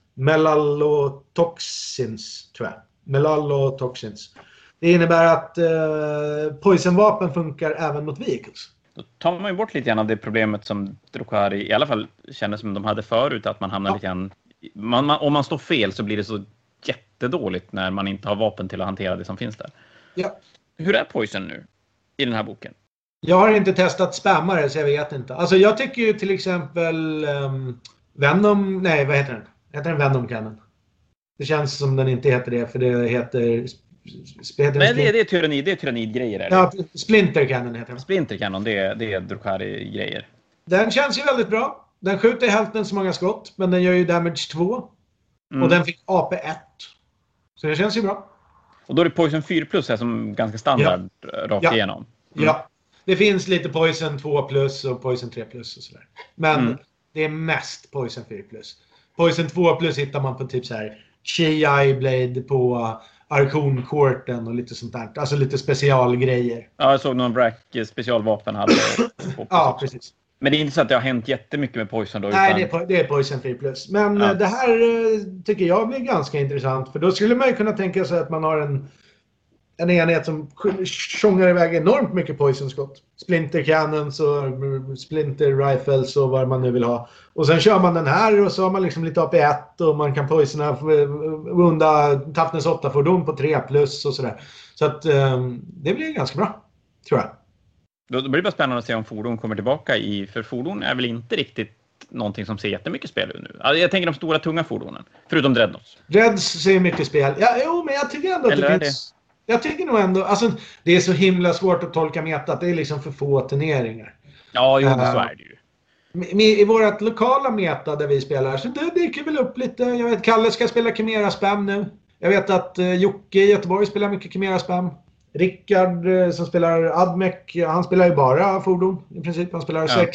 Melalotoxins, tror jag. Melalotoxins. Det innebär att eh, poisonvapen funkar även mot vehicles. Då tar man ju bort lite grann av det problemet som Drukhari i alla fall kändes som de hade förut, att man hamnar ja. lite grann, man, man, om man står fel så blir det så jättedåligt när man inte har vapen till att hantera det som finns där. Ja. Hur är poison nu i den här boken? Jag har inte testat spammare så jag vet inte. Alltså jag tycker ju till exempel um, Venom, nej vad heter den? Heter den Venom Cannon? Det känns som den inte heter det för det heter... Sp- nej det är, det är tyrannid, det är tyrannidgrejer. Är det? Ja, Splinter Cannon heter den. Splinter Cannon, det är, det är Drukhari-grejer. Den känns ju väldigt bra. Den skjuter hälften så många skott, men den gör ju damage två. Mm. Och den fick A P ett. Så det känns ju bra. Och då är det Poison fyra plus här som ganska standard ja. rakt ja. igenom. Mm. Ja. Det finns lite Poison två plus och Poison tre plus och sådär. Men mm. det är mest Poison fyra plus. Poison två plus hittar man på typ så här Chi Blade på Arkon-korten och lite sånt där. Alltså lite specialgrejer. Ja, jag såg någon Brack specialvapen hade. Ja, precis. Men det är inte så att det har hänt jättemycket med Poison då? Nej, utan... det, är, det är Poison fyra plus. Men ja. det här tycker jag blir ganska intressant. För då skulle man ju kunna tänka sig att man har en En enhet som tjongar iväg enormt mycket poisonskott. Splinter cannons och splinter rifles och vad man nu vill ha. Och sen kör man den här och så har man liksom lite A P ett och man kan poisona unda Toughness åtta-fordon på tre plus och sådär. Så att um, det blir ganska bra, tror jag. Då blir det bara spännande att se om fordon kommer tillbaka i, för fordon är väl inte riktigt någonting som ser jättemycket spel ut nu. Alltså, jag tänker de stora tunga fordonen, förutom Dreadnoughts. Dreads ser mycket spel. Ja, jo, men jag tycker ändå att Eller det är finns... Det? Jag tycker nog ändå, alltså det är så himla svårt att tolka meta att det är liksom för få turneringar. Ja, jo, uh, så är det ju. I, i vårt lokala meta där vi spelar så det dyker väl upp lite. Jag vet Kalle ska spela Chimera Spam nu. Jag vet att uh, Jocke i Göteborg spelar mycket Chimera Spam. Rickard uh, som spelar Admec, han spelar ju bara fordon i princip. Han spelar ja. sex,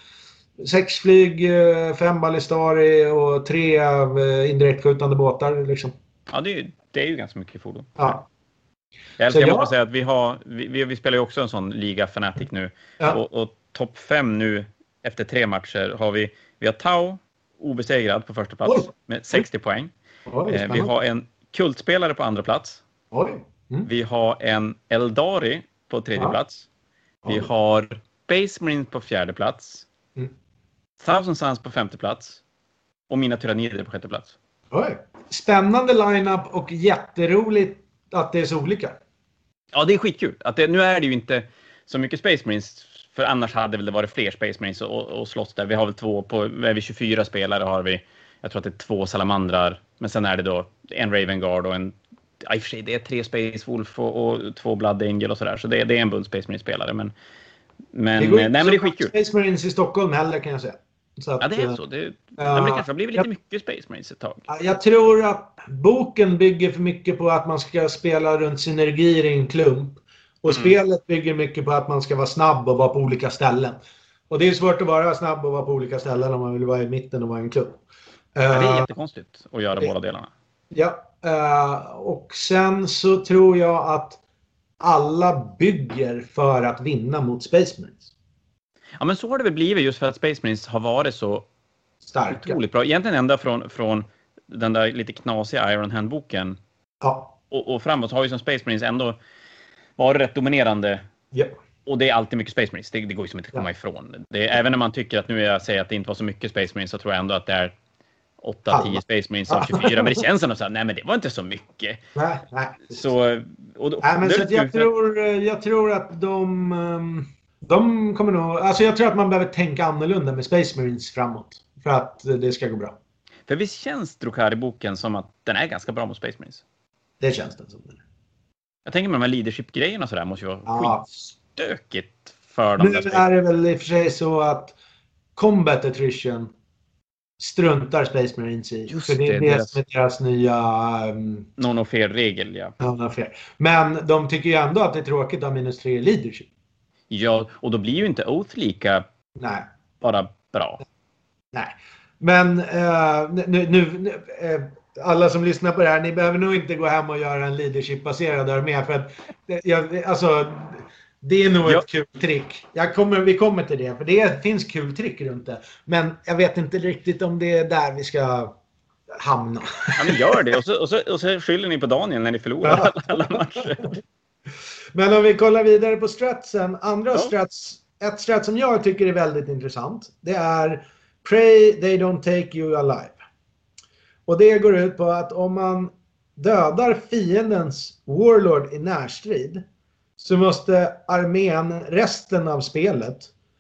sex flyg, uh, fem ballistari och tre uh, indirekt skjutande båtar liksom. Ja, det är, det är ju ganska mycket fordon. Ja. Jag, jag måste säga att vi, har, vi, vi spelar ju också en sån Liga Fanatic nu. Ja. Och, och topp fem nu efter tre matcher har vi, vi har Tau obesegrad på första plats Oj. med sextio Oj. poäng. Oj, eh, vi har en kultspelare på andra plats. Oj. Mm. Vi har en Eldari på tredje ja. plats. Vi Oj. har Space Marine på fjärde plats. Mm. Thousand Suns på femte plats. Och mina tyrannider på sjätte plats. Oj. Spännande lineup och jätteroligt att det är så olika. Ja, det är skitkul. Att det, nu är det ju inte så mycket Space Marines, för annars hade väl det varit fler Space Marines och, och slåss där. Vi har väl två, på är vi tjugofyra spelare har vi, jag tror att det är två Salamandrar, men sen är det då en Raven Guard och en, ja, i och för sig det är tre Space Wolf och, och två Blood Angel och sådär, så det, det är en bunt Space Marine-spelare, men Men, det går nej, men det är skitkul. Space Marines i Stockholm heller kan jag säga. Så att, ja, det är så. Det, uh, ja, det kanske har blivit lite jag, mycket Space Marines ett tag. Jag tror att boken bygger för mycket på att man ska spela runt synergier i en klump. Och mm. spelet bygger mycket på att man ska vara snabb och vara på olika ställen. Och det är svårt att vara snabb och vara på olika ställen om man vill vara i mitten och vara i en klubb. Ja, det är jättekonstigt att göra det, båda delarna. Ja, uh, och sen så tror jag att alla bygger för att vinna mot Space Marines. Ja, men så har det väl blivit just för att Space Marines har varit så starka. Otroligt bra. Egentligen ända från, från den där lite knasiga Iron Hand-boken. Ja. Och, och framåt har ju som Space Marines ändå varit rätt dominerande. Ja. Och det är alltid mycket Space Det, det går ju som inte att komma ja. ifrån. Det är, även när man tycker att nu jag säger att det inte var så mycket Space Marines, så tror jag ändå att det är åtta tio Space Marines av tjugofyra. Men det känns som att nej, men det var inte så mycket. Nej, nej. Så, och då, nej, men så jag, tror, jag tror att de... De kommer nog... Alltså jag tror att man behöver tänka annorlunda med Space Marines framåt. För att det ska gå bra. För visst känns Drukhari-boken som att den är ganska bra mot Space Marines? Det känns den som den är. Jag tänker med de här leadership-grejerna så där måste ju vara ja. skitstökigt för dem. Nu är det väl i och för sig så att Combat Attrition struntar Space Marines i. Just för det är det, det deras... som är deras nya... Um... Non-fair-regel, ja. Non-fair. Men de tycker ju ändå att det är tråkigt att ha minus tre i leadership. Ja, och då blir ju inte Oath lika Nej. bara bra. Nej. Men uh, nu, nu uh, alla som lyssnar på det här, ni behöver nog inte gå hem och göra en leadership-baserad armé. För att, jag, alltså, det är nog ja. ett kul trick. Jag kommer, vi kommer till det, för det finns kul trick runt det. Men jag vet inte riktigt om det är där vi ska hamna. Ja, men gör det. Och så, och så, och så skyller ni på Daniel när ni förlorar ja. alla matcher. Men om vi kollar vidare på stratsen. Andra ja. strats, ett strat som jag tycker är väldigt intressant. Det är Pray they don't take you alive. Och det går ut på att om man dödar fiendens warlord i närstrid, så måste armén resten av spelet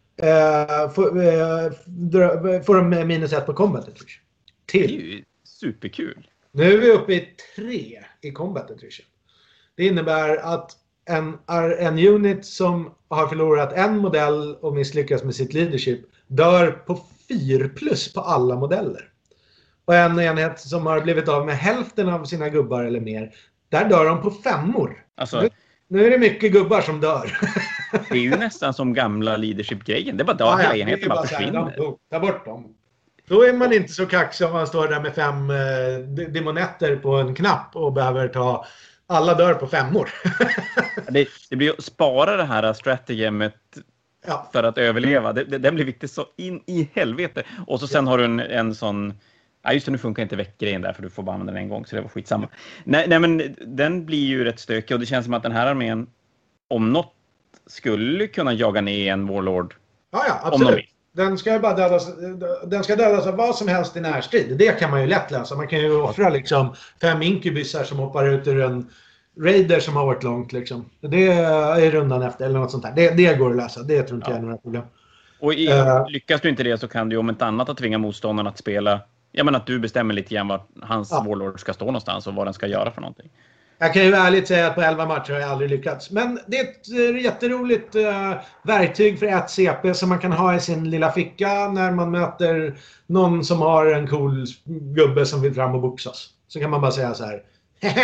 eh, få, eh, dra, få de minus ett på combat attrition. Till. Det är ju superkul. Nu är vi uppe i tre i combat attrition. Det innebär att en, en unit som har förlorat en modell och misslyckas med sitt leadership dör på fyra plus på alla modeller. Och en enhet som har blivit av med hälften av sina gubbar eller mer, där dör de på femmor. Alltså, nu, nu är det mycket gubbar som dör. Det är ju nästan som gamla leadership-grejen. Det är bara dör hela enheten bara försvinner. Här, ta bort dem. Då är man inte så kaxig om man står där med fem eh, demonetter på en knapp och behöver ta... Alla dör på femmor. det, det blir att spara det här strategemet ja. för att överleva. Det, det, den blir viktigt så in i helvete. Och så sen ja. har du en, en sån... Ja, just det, nu funkar inte väckgrejen där för du får bara använda den en gång, så det var skitsamma. Nej, nej, men den blir ju rätt stökig och det känns som att den här armén, om något, skulle kunna jaga ner en warlord. Ja, ja, absolut. Den ska bara dödas, den ska dödas av vad som helst i närstrid. Det kan man ju lätt lösa. Man kan ju offra liksom fem inkubisar som hoppar ut ur en raider som har varit långt. Liksom. Det är rundan efter eller något sånt där. Det, det går att lösa. Det tror inte ja. jag är några problem. Och i, uh, lyckas du inte det så kan du om inte annat att tvinga motståndaren att spela. Jag menar att du bestämmer lite grann var hans ja. warlord ska stå någonstans och vad den ska göra för någonting. Jag kan ju ärligt säga att på elva matcher har jag aldrig lyckats. Men det är ett jätteroligt uh, verktyg för ett C P som man kan ha i sin lilla ficka när man möter någon som har en cool gubbe som vill fram och boxas. Så kan man bara säga så här.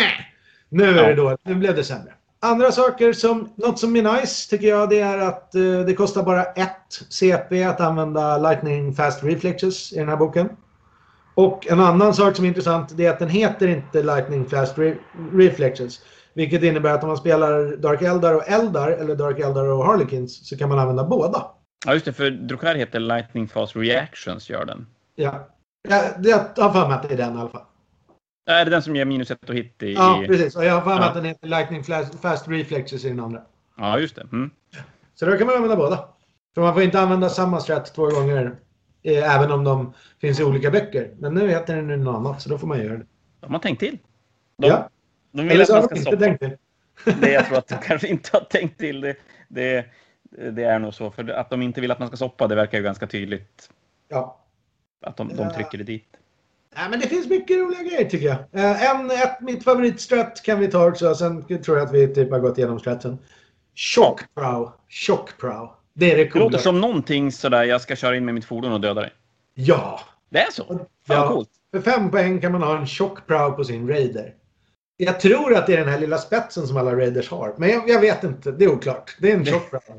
nu är ja. det då, nu blev det sämre. Andra saker som, något som är nice tycker jag, det är att uh, det kostar bara ett C P att använda Lightning Fast Reflexes i den här boken. Och en annan sak som är intressant, det är att den heter inte Lightning Fast Re- Reflexes. Vilket innebär att om man spelar Dark Eldar och Eldar eller Dark Eldar och Harlequins så kan man använda båda. Ja just det, för Drukhari heter Lightning Fast Reactions, gör den. Ja, ja jag har för mig att det är den i alla fall. Är det den som ger minus ett och hit i... Ja, precis. Och jag har för mig ja. att den heter Lightning Fast Reflexes i den andra. Ja, just det. Mm. Så då kan man använda båda. För man får inte använda samma strat två gånger. Även om de finns i olika böcker. Men nu heter den nu något annat, så då får man göra det. De har tänkt till. De, ja. de vill att man ska inte tänkt till. Det jag tror att de kanske inte har tänkt till. Det, det, det är nog så. För att de inte vill att man ska soppa, det verkar ju ganska tydligt. Ja. Att de, de trycker det dit. Ja, men det finns mycket roliga grejer tycker jag. En, ett, mitt favoritstrat kan vi ta också. Sen tror jag att vi typ har gått igenom stratten. Shockprow. Shockprow. Det är det Det coola. låter som någonting sådär, jag ska köra in med mitt fordon och döda dig. Ja. Det är så? Fan Ja. coolt. För fem poäng kan man ha en tjock prow på sin Raider. Jag tror att det är den här lilla spetsen som alla Raiders har. Men jag, jag vet inte, det är oklart. Det är en tjock prow.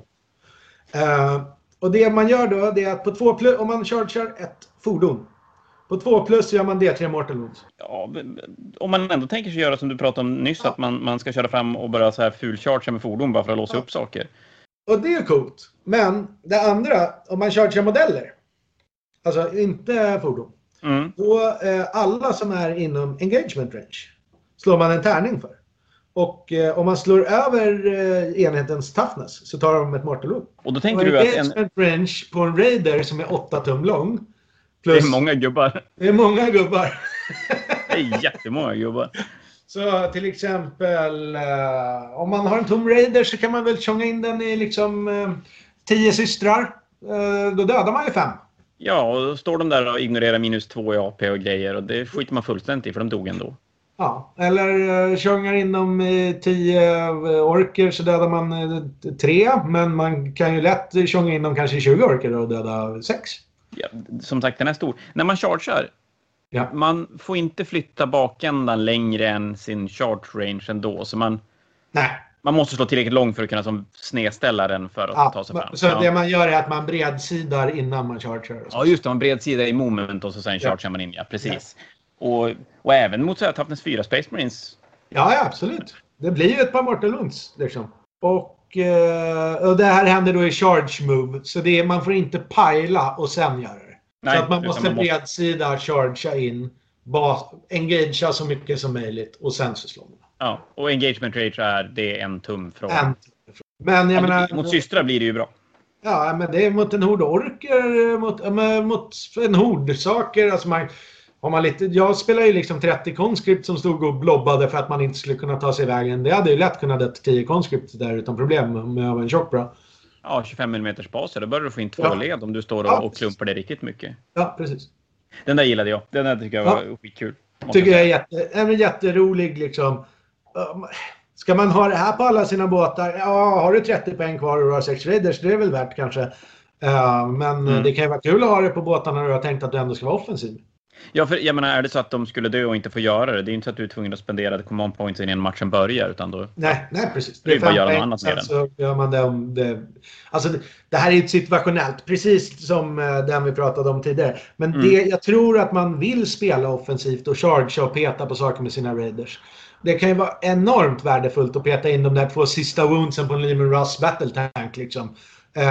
Uh, och det man gör då, det är att på två plus, om man chargear ett fordon. På två plus gör man D tre Mortal Wounds. Ja, om man ändå tänker sig göra som du pratade om nyss, ja. Att man, man ska köra fram och börja så här fulcharge med fordon bara för att låsa ja. upp saker. Och det är coolt. Men det andra, om man chargear modeller. Alltså inte fordon. Mm. Då eh, alla som är inom engagement range slår man en tärning för. Och eh, om man slår över eh, enhetens toughness så tar de ett mortal wound. Och då tänker och du att en engagement range på en raider som är åtta tum lång. Plus, det är många gubbar. Det är många gubbar. Det är jättemånga gubbar. Så till exempel eh, om man har en tom raider så kan man väl tjonga in den i liksom eh, tio systrar. Eh, då dödar man ju fem. Ja, och då står de där och ignorerar minus två i A P och grejer. Och det skiter man fullständigt i, för de dog ändå. Ja, eller uh, tjongar inom uh, tio uh, orker så dödar man uh, tre. Men man kan ju lätt tjonga inom kanske tjugo orker och döda sex. Ja, som sagt, den är stor. När man chargear, ja. Man får inte flytta bakändan längre än sin charge range ändå. Så man... Nej. Man måste slå tillräckligt långt för att kunna som snedställa den för att ja, ta sig fram. Så ja. Det man gör är att man bredsidar innan man chargear. Ja, just det. Man bredsida i moment och så sen chargear ja. man in. Ja, precis. Ja. Och, och även mot så här Toughness fyra Space Marines. Ja, ja, absolut. Det blir ju ett par Mortal Wounds liksom. Och, eh, och det här händer då i charge move. Så det är, man får inte pila och sen göra det. Nej, så att man måste man bredsida, chargea in, bas, engagea så mycket som möjligt och sen så slår man. Ja, och engagement range är det en tum från. En tum från. Men jag ja, menar, mot systrar blir det ju bra. Ja, men det är mot en hord orker, mot, mot en hord saker. Alltså man, har man lite, jag spelar ju liksom trettio conscript som stod och blobbade för att man inte skulle kunna ta sig iväg. Det hade ju lätt kunnat dött tio conscript där utan problem med en tjock bra. Ja, tjugofem millimeter baser. Då börjar du få in två ja. led om du står och, ja. och klumpar det riktigt mycket. Ja, precis. Den där gillade jag. Den där tycker jag var ja. skitkul. Tycker jag är jätte, en jätterolig liksom. Ska man ha det här på alla sina båtar? Ja, har du trettio poäng kvar och du har sex raiders, det är väl värt kanske. Uh, men mm. det kan ju vara kul att ha det på båtarna när du har tänkt att du ändå ska vara offensiv. Ja, för jag menar, är det så att de skulle dö och inte få göra det? Det är inte så att du är tvungen att spendera command points innan matchen börjar, utan då... Nej, nej precis. Det är bara göra något annat med den. Så gör man det om det... Alltså, det, det här är ju situationellt, precis som uh, den vi pratade om tidigare. Men mm. det, jag tror att man vill spela offensivt och charge och peta på saker med sina raiders. Det kan ju vara enormt värdefullt att peta in de där två sista woundsen på en Leman Russ Battle Tank liksom. Uh,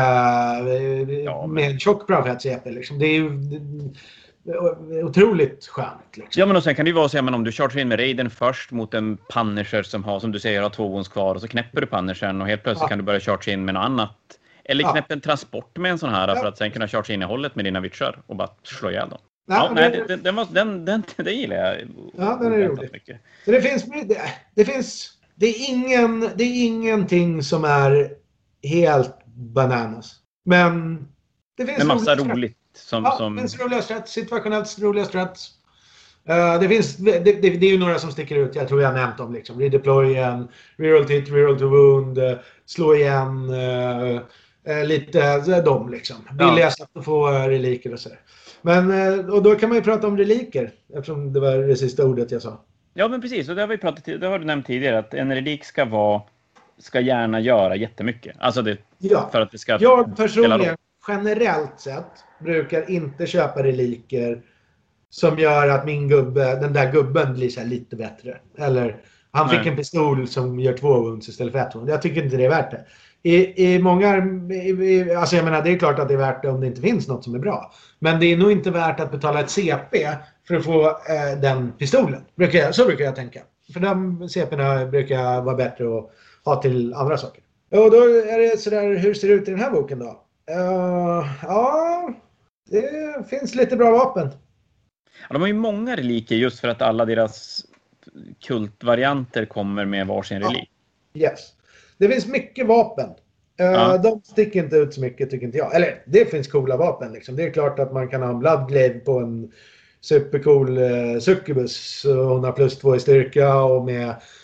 ja, men... Med en tjock bravhet C P liksom. Det är ju det är otroligt skönt liksom. Ja, men och sen kan det ju vara så, men om du chargear in med raiden först mot en Punisher som har, som du säger, har två wounds kvar och så knäpper du Punishern och helt plötsligt ja. kan du börja charge in med något annat. Eller knäppa ja. en transport med en sån här ja. för att sen kunna charge innehållet med dina witchar och bara slå ihjäl dem. Nej, ja, nej, den, den, var, den, den, den gillar jag. Ja, den är rolig. Mycket. Så det finns, det, det finns, det är ingen, det är ingenting som är helt bananas. Men det finns en massa roligt. Som, ja, som... det finns roliga strats, situationellt roliga strats. Uh, det finns, det, det, det är ju några som sticker ut, jag tror jag har nämnt dem liksom. Redeploy igen, reroll to hit, reroll to wound, uh, slå igen, uh, uh, lite uh, de liksom. Billiga ja. sätt att få uh, reliker och så. Men, och då kan man ju prata om reliker, eftersom det var det sista ordet jag sa. Ja, men precis. Och det har vi pratat det har du nämnt tidigare, att en relik ska vara, ska gärna göra jättemycket. Alltså det, ja. för att det ska... Jag personligen, generellt sett, brukar inte köpa reliker som gör att min gubbe, den där gubben blir så här lite bättre. Eller han fick Nej. en pistol som gör två wounds istället för ett wound. Jag tycker inte det är värt det. I, i många, i, alltså jag menar, det är klart att det är värt det om det inte finns något som är bra. Men det är nog inte värt att betala ett C P för att få eh, den pistolen. Brukar jag, så brukar jag tänka. För de C P:na brukar vara bättre att ha till andra saker. Och då är det sådär, hur ser det ut i den här boken då? Uh, ja, det finns lite bra vapen. Ja, de har ju många reliker just för att alla deras kultvarianter kommer med varsin relik. Ja. Yes. Det finns mycket vapen. Ja. De sticker inte ut så mycket, tycker inte jag. Eller, det finns coola vapen liksom. Det är klart att man kan ha en Bloodglaive på en supercool uh, succubus. Hon har plus två i styrka och med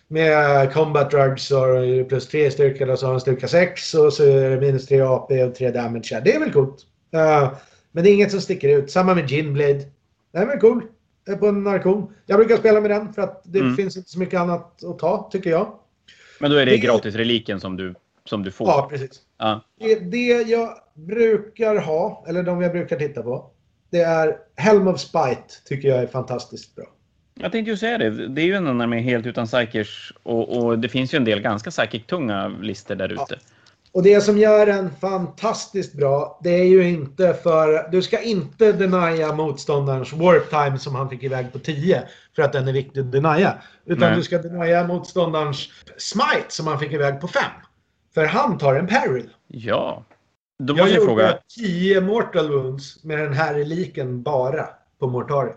med combat drugs och plus tre i styrka och så har en styrka sex och så är det minus tre A P och tre damage. Det är väl coolt. Uh, men det är inget som sticker ut. Samma med Ginblade. Det är väl cool. Det är på en narkon. Jag brukar spela med den för att det mm. finns inte så mycket annat att ta, tycker jag. Men då är det, det gratis-reliken som du, som du får? Ja, precis. Ja. Det, det jag brukar ha, eller de jag brukar titta på, det är Helm of Spite, tycker jag är fantastiskt bra. Jag tänkte ju säga det. Det är ju en av de är helt utan psykers och, och det finns ju en del ganska psychic-tunga listor där ute. Ja. Och det som gör den fantastiskt bra, det är ju inte för... Du ska inte denia motståndarens warp time som han fick iväg på tio för att den är viktig att denia. Utan Nej. Du ska denia motståndarens smite som han fick iväg på fem. För han tar en peril. Ja. Då jag måste jag fråga... tio mortal wounds med den här reliken bara på Mortari.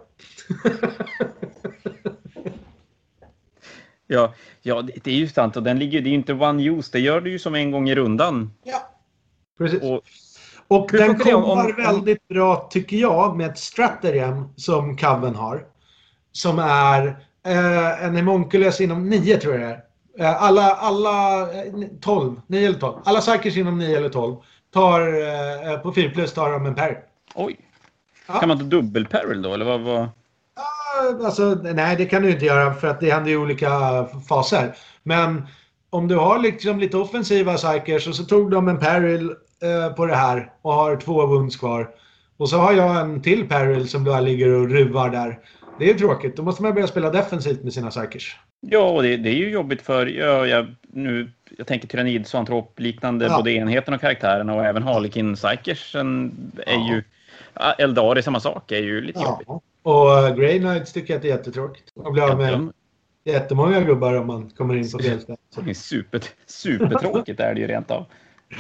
Ja, ja, det är ju sant. Och den ligger, det är ju inte one use. Det gör du ju som en gång i rundan. Ja, precis. Och, och den kommer om... väldigt bra, tycker jag, med ett stratagem som Coven har. Som är eh, en homunculus inom nio, tror jag det är. Eh, alla, alla tolv, nio eller tolv. Alla psykers inom nio eller tolv tar eh, på fyra plus tar de en peril. Oj. Ja. Kan man inte dubbel-peril då? Eller vad... vad... Alltså, nej, det kan du inte göra för att det händer i olika faser. Men om du har liksom lite offensiva psykers och så tog de en peril eh, på det här och har två wounds kvar. Och så har jag en till peril som bara ligger och ruvar där. Det är tråkigt. Då måste man börja spela defensivt med sina psykers. Ja, och det, det är ju jobbigt för... Ja, jag, nu, jag tänker tyrannid, zoantrop, liknande ja. Både enheten och karaktärerna och även Harlequin psykers är ja. ju... Eldar är samma sak, är ju lite ja. jobbigt. Och Grey Knights tycker jag att det är jättetråkigt. Man blir av med ja, jättemånga gubbar om man kommer in på fel ställe. Det är super, supertråkigt är det ju rent av.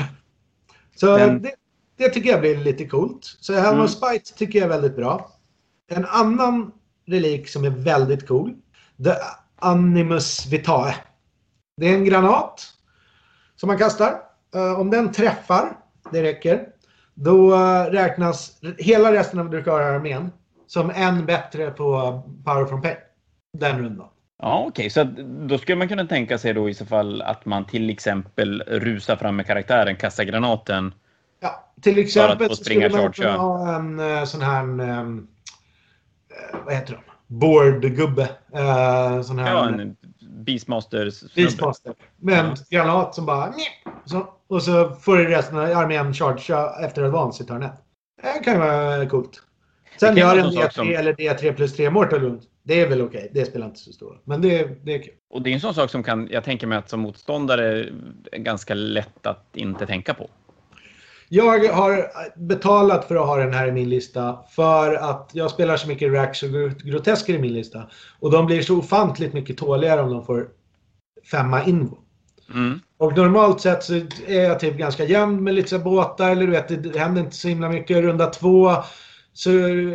Så Men... det, det tycker jag blir lite coolt. Så Helm of mm. Spite tycker jag är väldigt bra. En annan relik som är väldigt cool. The Animus Vitae. Det är en granat som man kastar. Uh, om den träffar, det räcker. Då uh, räknas hela resten av Drukhari-armén som en bättre på Power from Pain. Den rundan. Ja, okej. Okay. Så då skulle man kunna tänka sig då i så fall att man till exempel rusar fram med karaktären, kastar granaten. Ja, till exempel så skulle man kunna ha en uh, sån här... Um, uh, vad heter de? Boardgubbe. Uh, sån här... Ja, en Beastmaster. Beastmaster. Med en ja. granat som bara... Så, och så får resten av armén charge efter advance i turn ett. Det kan ju vara coolt. Sen gör en D tre som... eller D tre plus tre mortal wound. Det är väl okej. Okay. Det spelar inte så stor. Men det, det är kul. Och det är en sån sak som kan, jag tänker mig att som motståndare är ganska lätt att inte tänka på. Jag har betalat för att ha den här i min lista. För att jag spelar så mycket Rax och Grotesker i min lista. Och de blir så ofantligt mycket tåligare om de får femma invo. Mm. Och normalt sett så är jag typ ganska jämn med lite så båtar. Eller du vet, det händer inte så himla mycket. Runda två... Så,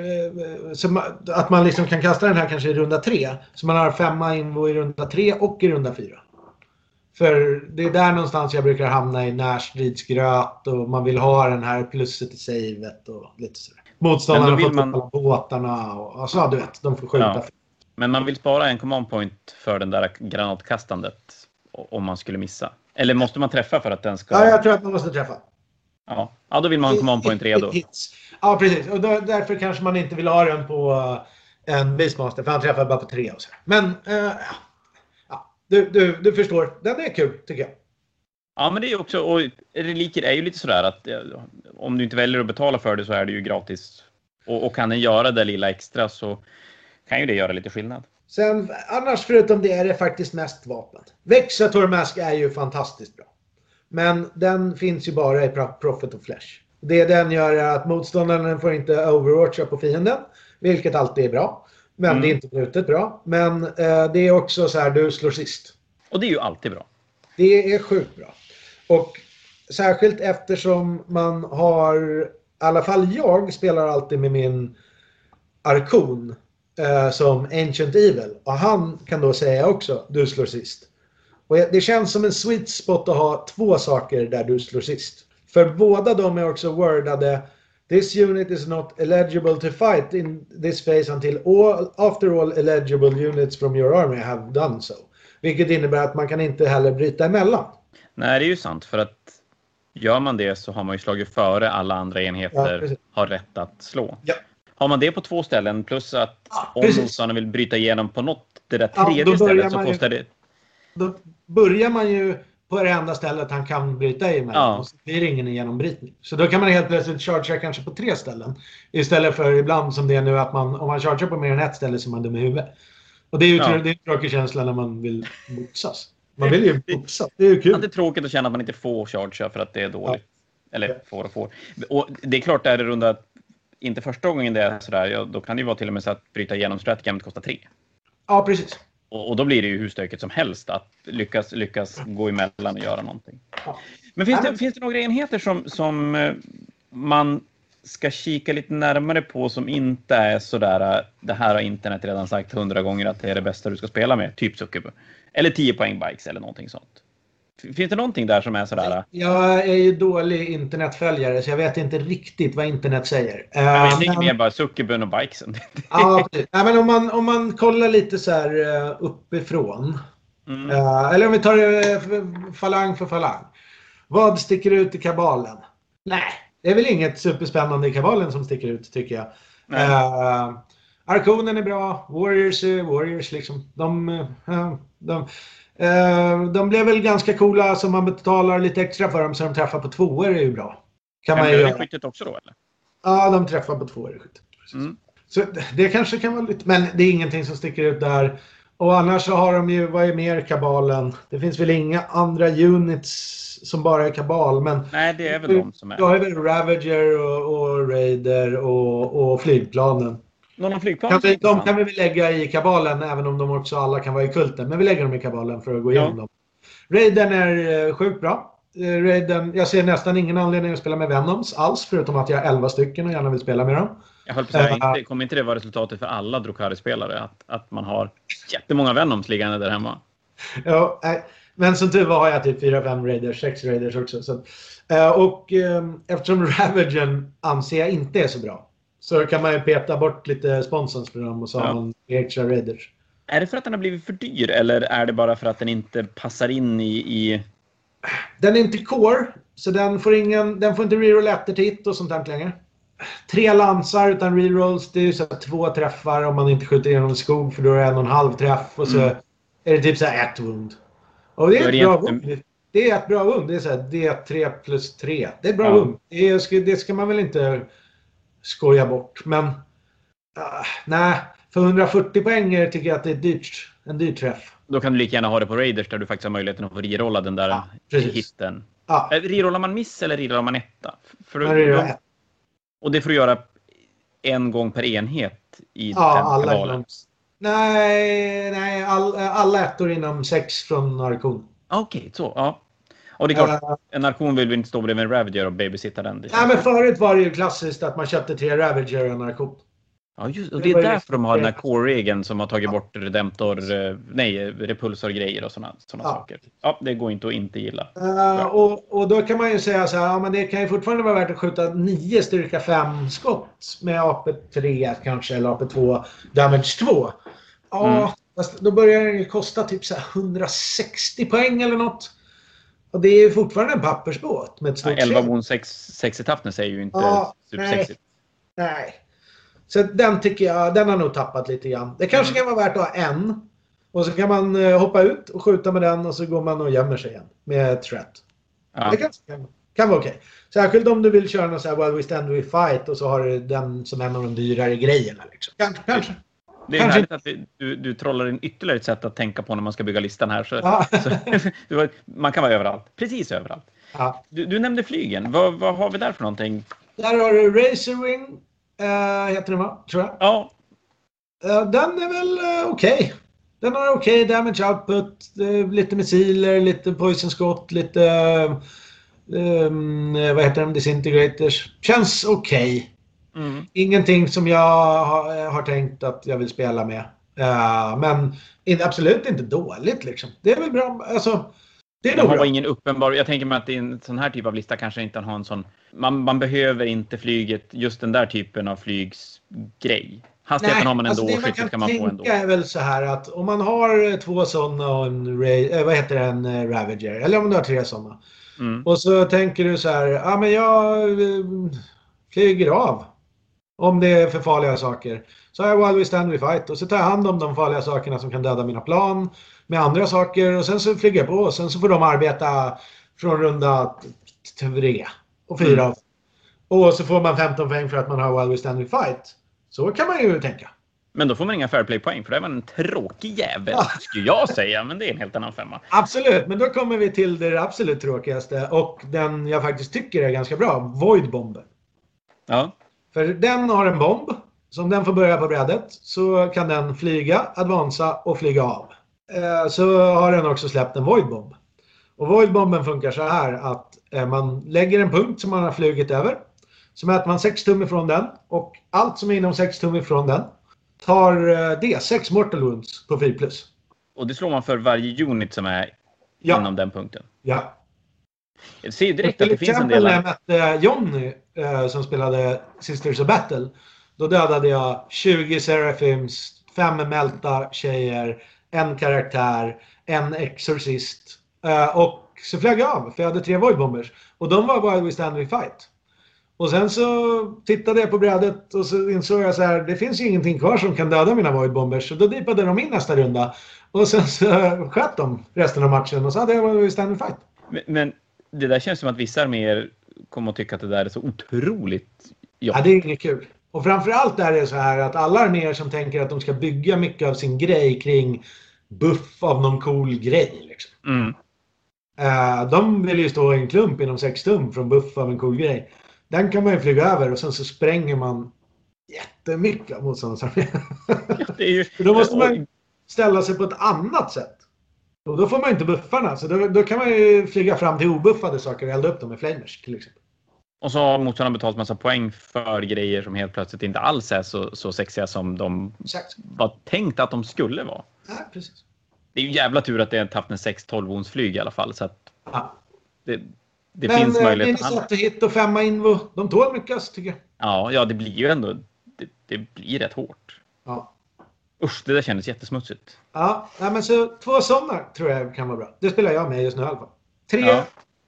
så att man liksom kan kasta den här kanske i runda tre. Så man har femma invo i runda tre och i runda fyra. För det är där någonstans jag brukar hamna i närstridsgröt. Och man vill ha den här plusset i savet och lite sådär. Motståndarna får man... på båtarna och alltså, du vet, de får skjuta. Ja. Men man vill spara en command point för den där granatkastandet om man skulle missa. Eller måste man träffa för att den ska... Ja, jag tror att man måste träffa. Ja, ja då vill man ha en command point redo. Ja, precis. Och då, därför kanske man inte vill ha den på uh, en Beastmaster. För han träffar bara på tre och så. Men, uh, ja. Du, du, du förstår. Den är kul, tycker jag. Ja, men det är också... Och reliker är ju lite sådär att uh, om du inte väljer att betala för det så är det ju gratis. Och, och kan den göra det lilla extra så kan ju det göra lite skillnad. Sen, annars förutom det är det faktiskt mest vapen. Vexator Mask är ju fantastiskt bra. Men den finns ju bara i Prophet of Flesh. Det den gör är att motståndaren får inte overwatcha på fienden. Vilket alltid är bra. Men mm. det är inte brutet bra. Men eh, det är också så här, du slår sist. Och det är ju alltid bra. Det är sjukt bra. Och särskilt eftersom man har... I alla fall jag spelar alltid med min Arkon. Eh, som Ancient Evil. Och han kan då säga också, du slår sist. Och det känns som en sweet spot att ha två saker där du slår sist. För båda de är också wordade. This unit is not eligible to fight in this phase until all, after all eligible units from your army have done so. Vilket innebär att man kan inte heller bryta emellan. Nej, det är ju sant. För att gör man det så har man ju slagit före alla andra enheter Ja, har rätt att slå. Ja. Har man det på två ställen plus att Ja, om precis. motståndaren vill bryta igenom på något, det där Ja, tredje då börjar stället så man ju- kostar det... Då börjar man ju på det enda stället han kan bryta emellan. Ja. Och så blir det ingen genombrytning. Så då kan man helt plötsligt chargea kanske på tre ställen. Istället för ibland som det är nu att man, om man chargear på mer än ett ställe så är man dum i huvudet. Och det är ju Ja. det är en tråkig känsla när man vill boxas. Man vill ju boxas. Det är ju kul. Det är tråkigt att känna att man inte får chargea för att det är dåligt. Eller får och får. Och det är klart, är det runda inte första gången det är sådär, ja, då kan det ju vara till och med så att bryta igenom stratagamet kostar tre. Ja, precis. Och, och då blir det ju hur stökigt som helst att lyckas, lyckas gå emellan och göra någonting. Ja. Men finns Ja, det, finns det några enheter som, som eh, man ska kika lite närmare på som inte är sådär, det här har internet redan sagt hundra gånger att det är det bästa du ska spela med, typ Succubu. Eller tio poäng bikes eller någonting sånt. Finns det någonting där som är sådär? Jag är ju dålig internetföljare så jag vet inte riktigt vad internet säger. Ja, men jag Eh, tänker men- mer bara Succubun och bikesen. Ja, precis. Nej, men om man, om man kollar lite så här eh, uppifrån. Mm. Eh, eller om vi tar eh, f- falang för falang. Vad sticker ut i kabalen? Nej, det är väl inget superspännande i kabalen som sticker ut tycker jag. Nej. Uh, Arkonen är bra. Warriors är Warriors liksom. De, eh, de, eh, de blev väl ganska coola så man betalar lite extra för dem så de träffar på tvåor är ju bra. Kan man ju Men göra. gör skyttet också då eller? Ja, de träffar på tvåor i skyttet. Precis. Mm. Så det kanske kan vara lite, men det är ingenting som sticker ut där. Och annars så har de ju, vad är mer kabalen? Det finns väl inga andra units som bara är kabal, men Nej, det är väl de som då är. har väl Ravager och, och Raider och, och flygplanen. Någon flygplan? Kanske, de kan vi väl lägga i kabalen även om de också alla kan vara i kulten. Men vi lägger dem i kabalen för att gå igenom Ja. dem. Raidern är eh, sjukt bra. Eh, Raidern, jag ser nästan ingen anledning att spela med Venoms alls förutom att jag har elva stycken och gärna vill spela med dem. Jag höll på att säga, Äh, inte, kommer inte det vara resultatet för alla Drukari-spelare? Att, att man har jättemånga Venoms liggande där hemma? Ja, nej. Men som tur var har jag typ fyra fem Raiders, sex Raiders också. Så, eh, och eh, eftersom Ravagern anser jag inte är så bra så kan man ju peta bort lite sponsors för dem och så Ja. har man extra Raiders. Är det för att den har blivit för dyr eller är det bara för att den inte passar in i... i... Den är inte core, så den får, ingen, den får inte reroll efter hit och sånt där längre. Tre lansar utan rerolls, det är ju så här två träffar om man inte skjuter igenom en skog för då är det en och en halv träff och så Mm. är det typ så här ett wound. Och det är Då är ett det bra egentligen- wound. Det är ett bra wound. Det är så här D tre plus tre. Det är ett bra Ja. wound. Det, är, ska- det ska man väl inte skoja bort. Men uh, nej, för hundrafyrtio poäng tycker jag att det är dyrt. En dyr träff. Då kan du lika gärna ha det på Raiders där du faktiskt har möjligheten att få rerolla den där Ja, precis. hitten. Ja, Äh, Rerollar man miss eller rerollar man etta? För men det är då- ett. och det får du göra en gång per enhet i Ja, den alla kabalen. inom, nej, nej all, alla ettor inom sex från Arkon. Okej, så. Ja. Och det är klart, Uh, en Arkon vill vi inte stå bredvid en Ravager och babysitta den. Det nej, känns- men förut var det ju klassiskt att man köpte tre Ravager och en Arkon. Ja, just, och det det är var ju därför de har den här liksom- core-regeln som har tagit Ja. bort redemptor, eh, nej, repulsor-grejer och sådana såna Ja. saker. Ja, det går inte att inte gilla. Uh, och, och då kan man ju säga så här, ja, men det kan ju fortfarande vara värt att skjuta nio styrka fem skott med A P tre kanske, eller A P två, damage två. Ja, Mm. fast då börjar det ju kosta typ så här hundrasextio poäng eller något. Och det är ju fortfarande en pappersbåt med ett Ja, stort elva segel. bon sex i toughness är ju inte Ja, supersexigt. Nej. Så den tycker jag, den har nog tappat lite grann. Det kanske Mm. kan vara värt att ha en. Och så kan man eh, hoppa ut och skjuta med den och så går man och gömmer sig igen med threat. Ja. Det kanske kan, kan vara okej. Särskilt om du vill köra någon så här While We Stand We Fight och så har du den som en av de dyrare grejerna. Liksom. Kanske. kanske. Det är Kanske- härligt att vi, du, du trollar in ytterligare ett sätt att tänka på när man ska bygga listan här. Så, Ja. så, du, har- man kan vara överallt. Precis överallt. Ja. Du, du nämnde flygen. Vad, vad har vi där för någonting? Där har du Razorwing. Uh, heter den va? Tror jag. Ja, Uh, den är väl uh, okej. Den har okej damage output. Uh, lite missiler, lite poison skott, lite... Uh, um, vad heter de? Disintegrators. Känns okej. mm. Ingenting som jag har, har tänkt att jag vill spela med. Uh, men in, absolut inte dåligt liksom. Det är väl bra. Alltså, det är De nog har bra. ingen uppenbar... Jag tänker mig att i en sån här typ av lista kanske inte har en sån... Man, man behöver inte flyget, just den där typen av flygsgrej. Hastigheten har man ändå, alltså det man kan, kan man få ändå. är väl så här att om man har två sådana och en, äh, vad heter det, en uh, Ravager, eller om du har tre sådana. Mm. Och så tänker du så här, ja ah, men jag uh, flyger av om det är för farliga saker. Så har jag While We Stand We Fight och så tar jag hand om de farliga sakerna som kan döda mina plan med andra saker och sen så flyger jag på och sen så får de arbeta från runda tre och fyra. Mm. Och så får man femton poäng för att man har While We Stand We Fight. Så kan man ju tänka. Men då får man inga Fairplay-poäng för det är man en tråkig jävel, ja. Skulle jag säga. Men det är en helt annan femma. Absolut, men då kommer vi till det absolut tråkigaste. Och den jag faktiskt tycker är ganska bra. Void Bomber. Ja. För den har en bomb. Som den får börja på brädet. Så kan den flyga, advansa och flyga av. Så har den också släppt en Void Bomb. Och Void Bomben funkar så här att man lägger en punkt som man har flugit över. Så mäter man sex tum ifrån den. Och allt som är inom sex tum ifrån den tar D sex Mortal Wounds på fyra plus. Och det slår man för varje unit som är ja. Inom den punkten. Ja. Jag ser direkt att det finns en del... Till exempel när jag mötte Johnny eh, som spelade Sisters of Battle. Då dödade jag tjugo Seraphims, fem Melta tjejer, en karaktär, en exorcist. Eh, och så flög jag av för jag hade tre Void Bombers. Och de var While We Stand We Fight. Och sen så tittade jag på brädet och så insåg jag så här, det finns ju ingenting kvar som kan döda mina Void Bombers. Så då dipade de in nästa runda. Och sen så sköt de resten av matchen och så hade jag While Stand We Fight. Men, men det där känns som att vissa arméer kommer att tycka att det där är så otroligt jobbigt. Ja, det är inget kul. Och framförallt är det så här att alla arméer som tänker att de ska bygga mycket av sin grej kring buff av någon cool grej liksom. Mm. Uh, de vill ju stå i en klump inom sex tum från buff av en cool grej. Den kan man ju flyga över och sen så spränger man jättemycket av motståndararmé. Ju... Då måste man ställa sig på ett annat sätt. Och då får man inte buffarna. Så då, då kan man ju flyga fram till obuffade saker och elda upp dem med flamers till exempel. Och så har motståndarna betalt massa poäng för grejer som helt plötsligt inte alls är så, så sexiga som de Exakt. var tänkt att de skulle vara. Ja, precis. Det är ju jävla tur att det är en Toughness sex tolv ons flyg i alla fall. Så att ja. det, det Men, finns möjlighet. Men sätt hit och femma invo. De tål mycket tycker jag. Ja, ja, det blir ju ändå det, det blir rätt hårt. Ja. Usch, det där kändes jättesmutsigt. Ja, nej, men så två sådana tror jag kan vara bra. Det spelar jag med just nu i alla fall. Tre, ja.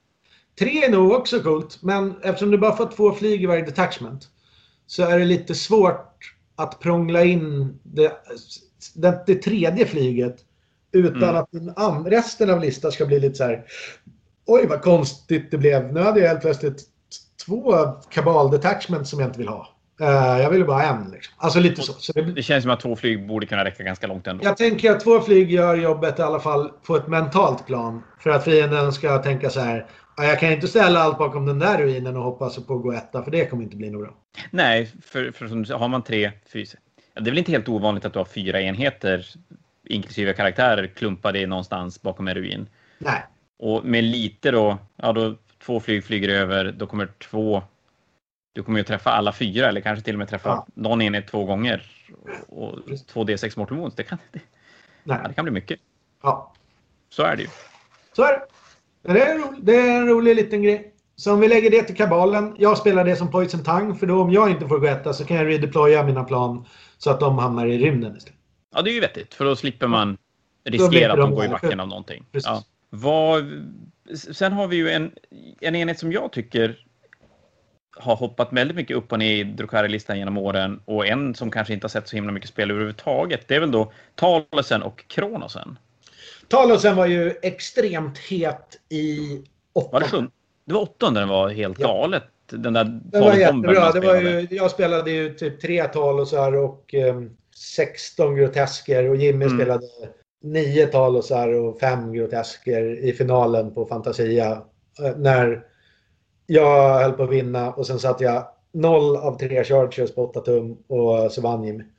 tre är nog också coolt, men eftersom du bara får två flyg i varje detachment så är det lite svårt att prångla in det, det, det tredje flyget utan mm. att den and, resten av listan ska bli lite så här. Oj, vad konstigt det blev. Nu hade jag helt plötsligt två kabal-detachment som jag inte vill ha. Uh, jag ville bara en. Liksom. Alltså lite så. så det... det känns som att två flyg borde kunna räcka ganska långt ändå. Jag tänker att två flyg gör jobbet i alla fall på ett mentalt plan. För att fienden ska tänka så här. Jag kan inte ställa allt bakom den där ruinen och hoppas på att gå etta. För det kommer inte bli något bra. Nej, för, för har man tre fyra. Ja, det är väl inte helt ovanligt att du har fyra enheter inklusive karaktärer klumpade någonstans bakom en ruin. Nej. Och med lite då, ja då två flyg flyger över, då kommer två, du kommer ju träffa alla fyra eller kanske till och med träffa ja. någon enhet två gånger och två D sex Mortal Wounds, det kan, det, ja, det kan bli mycket. Ja. Så är det ju. Så är det. Men det är, ro, det är en rolig liten grej. Så om vi lägger det till kabalen, jag spelar det som Poison Tongue, för då om jag inte får gå etta så kan jag redeploya mina plan så att de hamnar i rymden istället. Ja, det är ju vettigt, för då slipper man riskera att de går i backen av någonting. Precis. Ja. Vad, sen har vi ju en, en enhet som jag tycker har hoppat väldigt mycket upp och ner i Drukhari-listan genom åren, och en som kanske inte har sett så himla mycket spel överhuvudtaget, det är väl då Talosen och Kronosen. Talosen var ju extremt het i åttan. Var det sjun? Det var åttan den var helt ja. galet. Den där det var jättebra. Det var ju, jag spelade ju typ tre Talosar och eh, sexton grotesker, och Jimmy mm. spelade nio Talosar och fem grotesker i finalen på Fantasia. När jag höll på att vinna och sen satt jag noll av tre chargers på åtta tum och så vann Jimmy.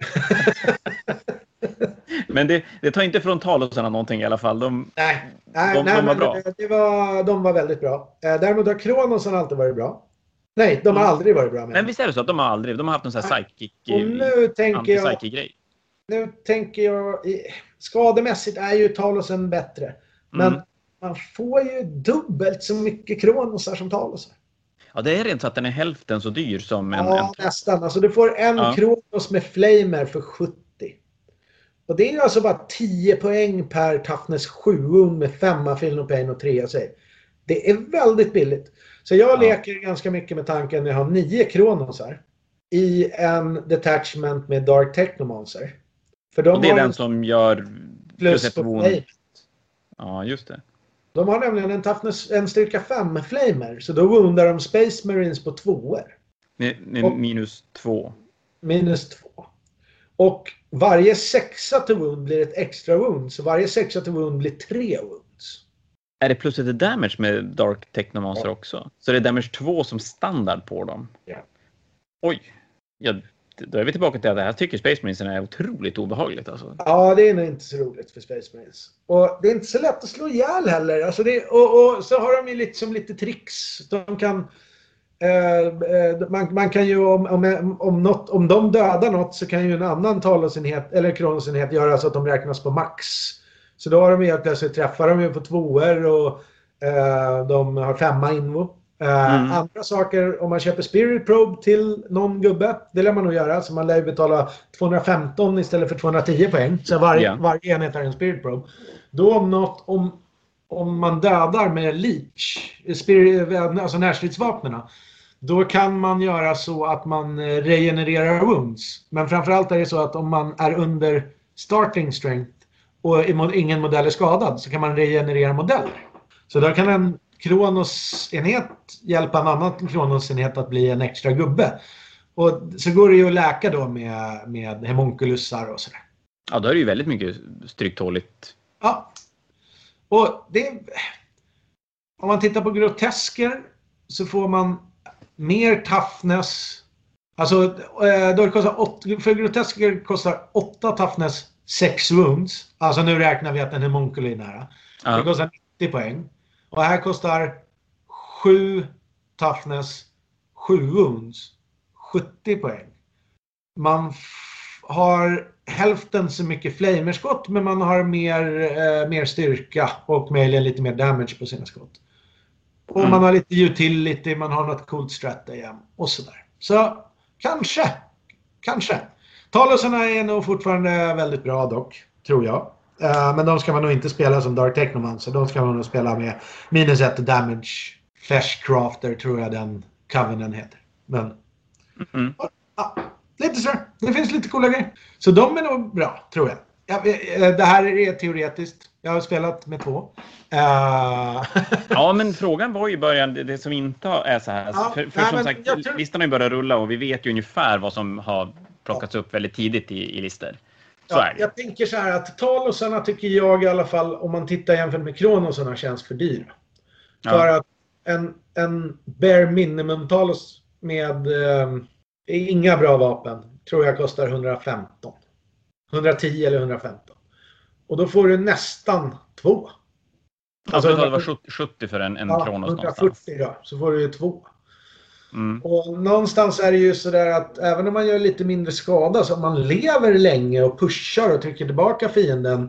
Men det, det tar inte från Talosarna någonting i alla fall. De, nej, nej, de, nej de var men bra. Det, det var, de var väldigt bra. Däremot har Kronosen alltid varit bra. Nej, de har mm. aldrig varit bra. Med. Men visst är det så att de har aldrig, de har haft någon sån här psychic, och nu tänker jag, grej. Nu tänker jag, skademässigt är ju Talosen bättre. Men mm. man får ju dubbelt så mycket Kronosar som Talosar. Ja, det är rent så att den är hälften så dyr som en... Ja, en... nästan. Alltså du får en Ja. Kronos med flamer för sjuttio. Och det är alltså bara tio poäng per toughness sju med femma Feel No Pain och trea save. Det är väldigt billigt. Så jag Ja. leker ganska mycket med tanken att jag har nio Kronosar i en detachment med Dark Technomancer. För de Och det är har den en som gör plus plus ett på wound. flame. Ja, just det. De har nämligen en toughness, en styrka fem flamer. Så då woundar de Space Marines på tvåor. Med, med Och- minus två. Minus två. Och varje sexa till wound blir ett extra wound. Så varje sexa till wound blir tre wounds. Är det plus ett damage med Dark Technomancer Ja. också? Så det är damage två som standard på dem? Ja. Oj. Ja, då är vi tillbaka till att det här tycker Space Marines är otroligt obehagligt. Alltså. Ja, det är nog inte så roligt för Space Marines. Och det är inte så lätt att slå ihjäl heller. Alltså det, och, och så har de ju lite, som lite tricks. De kan... Eh, eh, man, man kan ju om, om, om, något, om de dödar något så kan ju en annan talosenhet eller kronosenhet göra så att de räknas på max. Så då har de ju helt plötsligt träffar de ju på tvåor och eh, de har femma invo. Eh, Mm. Andra saker, om man köper Spirit Probe till någon gubbe, det lär man nog göra. Så man lär ju betala tvåhundrafemton istället för tvåhundratio poäng. Så varje, Ja. varje enhet har en Spirit Probe. Då om något, om, om man dödar med Leech, spirit, alltså närstridsvapnena, då kan man göra så att man eh, regenererar wounds. Men framförallt är det så att om man är under starting strength och ingen modell är skadad så kan man regenerera modeller. Så då kan en Kronos-enhet hjälpa en annan Kronos-enhet att bli en extra gubbe. Och så går det ju att läka då med, med hemonkulusar och sådär. Ja, då är det ju väldigt mycket stryktåligt. Ja. Och det... Om man tittar på grotesker så får man mer toughness. Alltså, då det kostar åtta, för grotesker kostar åtta toughness, sex wounds. Alltså nu räknar vi att en hemonkul är nära. Ja. Det kostar nittio poäng. Och här kostar sju toughness, sju wounds, sjuttio poäng. Man f- har hälften så mycket flamerskott, men man har mer, eh, mer styrka och möjligen lite mer damage på sina skott. Och Mm. man har lite utility, man har något coolt strategy och sådär. Så kanske, kanske. Talosarna är nog fortfarande väldigt bra dock, tror jag. Uh, men de ska man nog inte spela som Dark Technomancer. De ska man nog spela med minus ett damage. Fleshcrafter tror jag den Covenant heter. Men Mm. ja, lite så. Det finns lite coola grejer. Så de är nog bra, tror jag. Ja, eh, det här är teoretiskt. Jag har spelat med två. Uh... Ja, men frågan var ju i början det, det som inte är så här. Ja, för för nej, som men sagt, jag tror- listan har ju börjat rulla och vi vet ju ungefär vad som har plockats upp väldigt tidigt i, i listor. Så Ja, är det. jag tänker så här att talosarna tycker jag i alla fall, om man tittar jämfört med kronosarna, känns för dyra. Ja. För att en, en bare minimum talos med eh, inga bra vapen tror jag kostar hundrafemton. hundratio eller hundrafemton. Och då får du nästan två. Alltså, det var sjuttio, sjuttio för en, en ja, Kronos någonstans. hundrafyrtio då, så får du ju två. Mm. Och någonstans är det ju sådär att även om man gör lite mindre skada, så om man lever länge och pushar och trycker tillbaka fienden,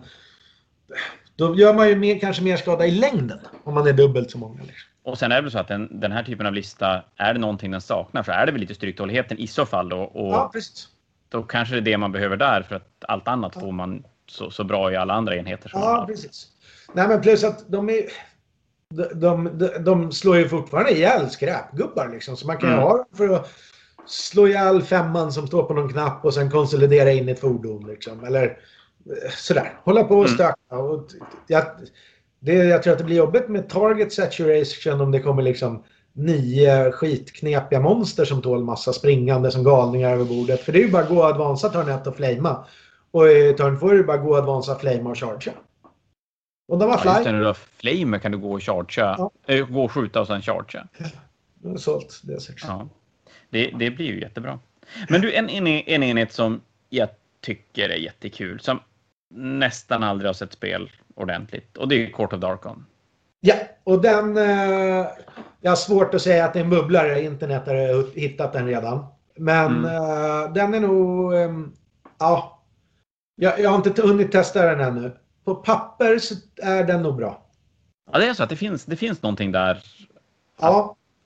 då gör man ju mer, kanske mer skada i längden om man är dubbelt så många. Liksom. Och sen är det väl så att den, den här typen av lista, är det någonting den saknar så är det väl lite stryktåligheten i så fall då. Och Ja, precis. då kanske det är det man behöver där för att allt annat får man så, så bra i alla andra enheter som man Ja, har. precis. Nej, men plus att de är... De, de, de, de slår ju fortfarande ihjäl skräpgubbar liksom. Så man kan ju Mm. ha dem för att slå ihjäl femman som står på någon knapp och sen konsolidera in ett fordon liksom. Eller eh, sådär. Hålla på och Mm. stöka. Och jag, det, jag tror att det blir jobbigt med target saturation om det kommer liksom nio skitknepiga monster som tål massa springande som galningar över bordet. För det är ju bara att gå och advansa turn ett och flama. Och i turn två är det bara att gå och advansa flama och chargea. Och de har Ja, just det, fly. när du har flamer kan du gå och chargea. Ja. Äh, gå och skjuta och sen chargea. De har sålt det sex. Ja. Det, det blir ju jättebra. Men du, en, en, en enhet som jag tycker är jättekul, som nästan aldrig har sett spel ordentligt, och det är Court of Darkon. Ja, och den... Eh, jag har svårt att säga att det är en bubblare. Internet har hittat den redan. Men Mm. eh, den är nog... Eh, ja. Jag, jag har inte hunnit testa den ännu. På papper så är den nog bra. Ja, det är så att det finns, det finns någonting där. Ja.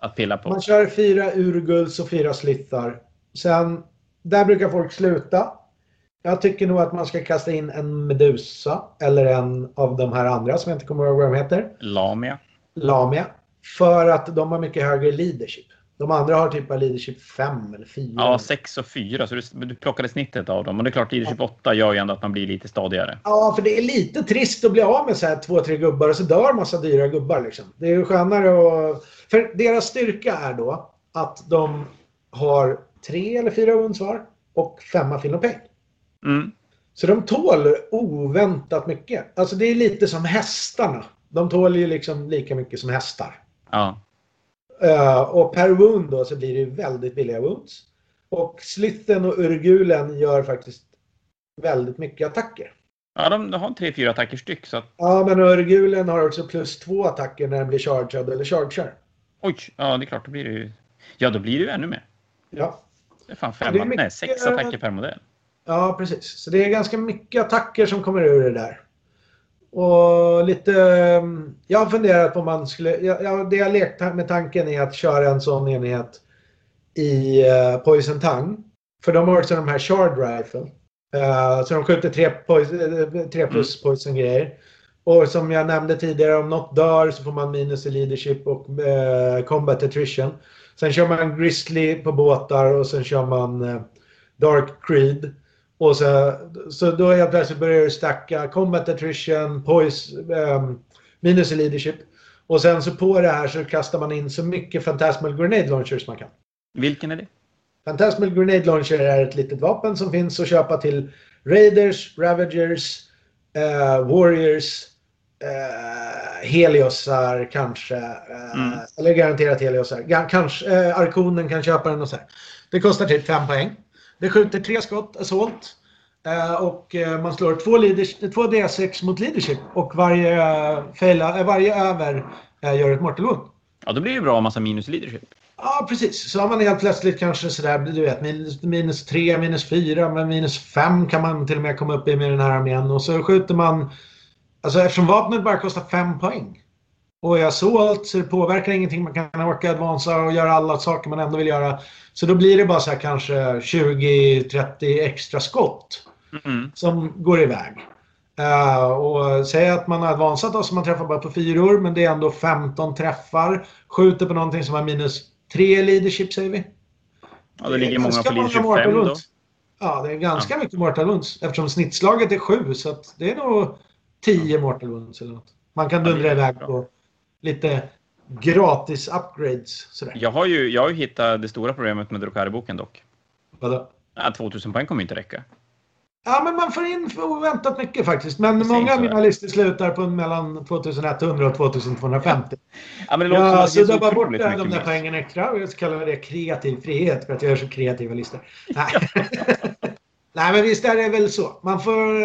att pilla på. Man kör fyra urguls och fyra slittar. Sen, där brukar folk sluta. Jag tycker nog att man ska kasta in en Medusa. Eller en av de här andra som jag inte kommer ihåg vad de heter. Lamia. Lamia. För att de har mycket högre leadership. De andra har typ av leadership fem eller fyra. Ja, sex och fyra. Så du, du plockade snittet av dem. Och det är klart, leadership åtta gör ju ändå att man blir lite stadigare. Ja, för det är lite trist att bli av med så här två, tre gubbar. Och så dör massa dyra gubbar liksom. Det är ju skönare att... För deras styrka är då att de har tre eller fyra wounds var. Och femma Feel No Pain. Mm. Så de tål oväntat mycket. Alltså det är lite som hästarna. De tål ju liksom lika mycket som hästar. Ja. Uh, och per wound då så blir det ju väldigt billiga wounds. Och slitten och urgulen gör faktiskt väldigt mycket attacker. Ja, de, de har tre, fyra attacker styck. Så att... Ja, men urgulen har också plus två attacker när den blir chargad eller chargear. Oj, ja det är klart, då blir det ju... Ja, då blir det ju ännu mer. Ja. Det är fan fem, det är mycket... nej, sex attacker per modell. Ja, precis. Så det är ganska mycket attacker som kommer ur det där. Och lite... Jag har funderat på om man skulle... Ja, det jag lekt med tanken är att köra en sån enhet i uh, Poison Tongue. För de har också de här Shard Rifle. Uh, så de skjuter tre, poison, tre plus mm. Poison-grejer. Och som jag nämnde tidigare, om något dör så får man minus i leadership och uh, combat attrition. Sen kör man Grizzly på båtar och sen kör man uh, Dark Creed. Och så, så då helt plötsligt börjar du stacka combat attrition, poison, um, minus i leadership. Och sen så på det här så kastar man in så mycket Phantasmal Grenade Launchers man kan. Vilken är det? Phantasmal Grenade Launcher är ett litet vapen som finns att köpa till Raiders, Ravagers, uh, Warriors, uh, Heliosar kanske. Uh, mm. Eller garanterat Heliosar. G- kanske, uh, Arkonen kan köpa den och så här. Det kostar typ fem poäng. Det skjuter tre skott, assault. Uh, och uh, man slår två, leaders- två D sex mot leadership. Och varje, uh, faila, uh, varje över uh, gör ett mortal wound. Ja, då blir det bra om massa minus leadership. Ja, precis. Så har man helt plötsligt kanske sådär, du vet, minus, minus tre, minus fyra, men minus fem kan man till och med komma upp i med den här armén. Och så skjuter man, alltså eftersom vapnet bara kostar fem poäng. Och jag sålt så det påverkar ingenting. Man kan orka advansa och göra alla saker man ändå vill göra. Så då blir det bara så här kanske tjugo trettio extra skott mm. som går iväg. Uh, och säg att man har advansat då, så man träffar bara på fyror, men det är ändå femton träffar. Skjuter på någonting som har minus tre leadership, säger vi. Ja, det ligger många på leadership fem då. Ja, det är ganska ja. mycket mortal wounds. Eftersom snittslaget är sju, så att det är nog tio mortal wounds eller något. Man kan dundra ja, iväg bra. På lite gratis upgrades. Sådär. Jag har ju jag har ju hittat det stora problemet med Drukhari-boken dock. Vadå? Ja, tvåtusen poäng kommer inte räcka. Ja, men man får in för oväntat mycket faktiskt. Men Precis, många av mina listor slutar på mellan tvåtusenetthundra och tvåtusentvåhundrafemtio. Ja, men det låter ja, så så bara bort de där poängen extra. Jag kallar det kreativ frihet för att jag gör så kreativa listor. Nej. Nej, men visst är det väl så. Man får...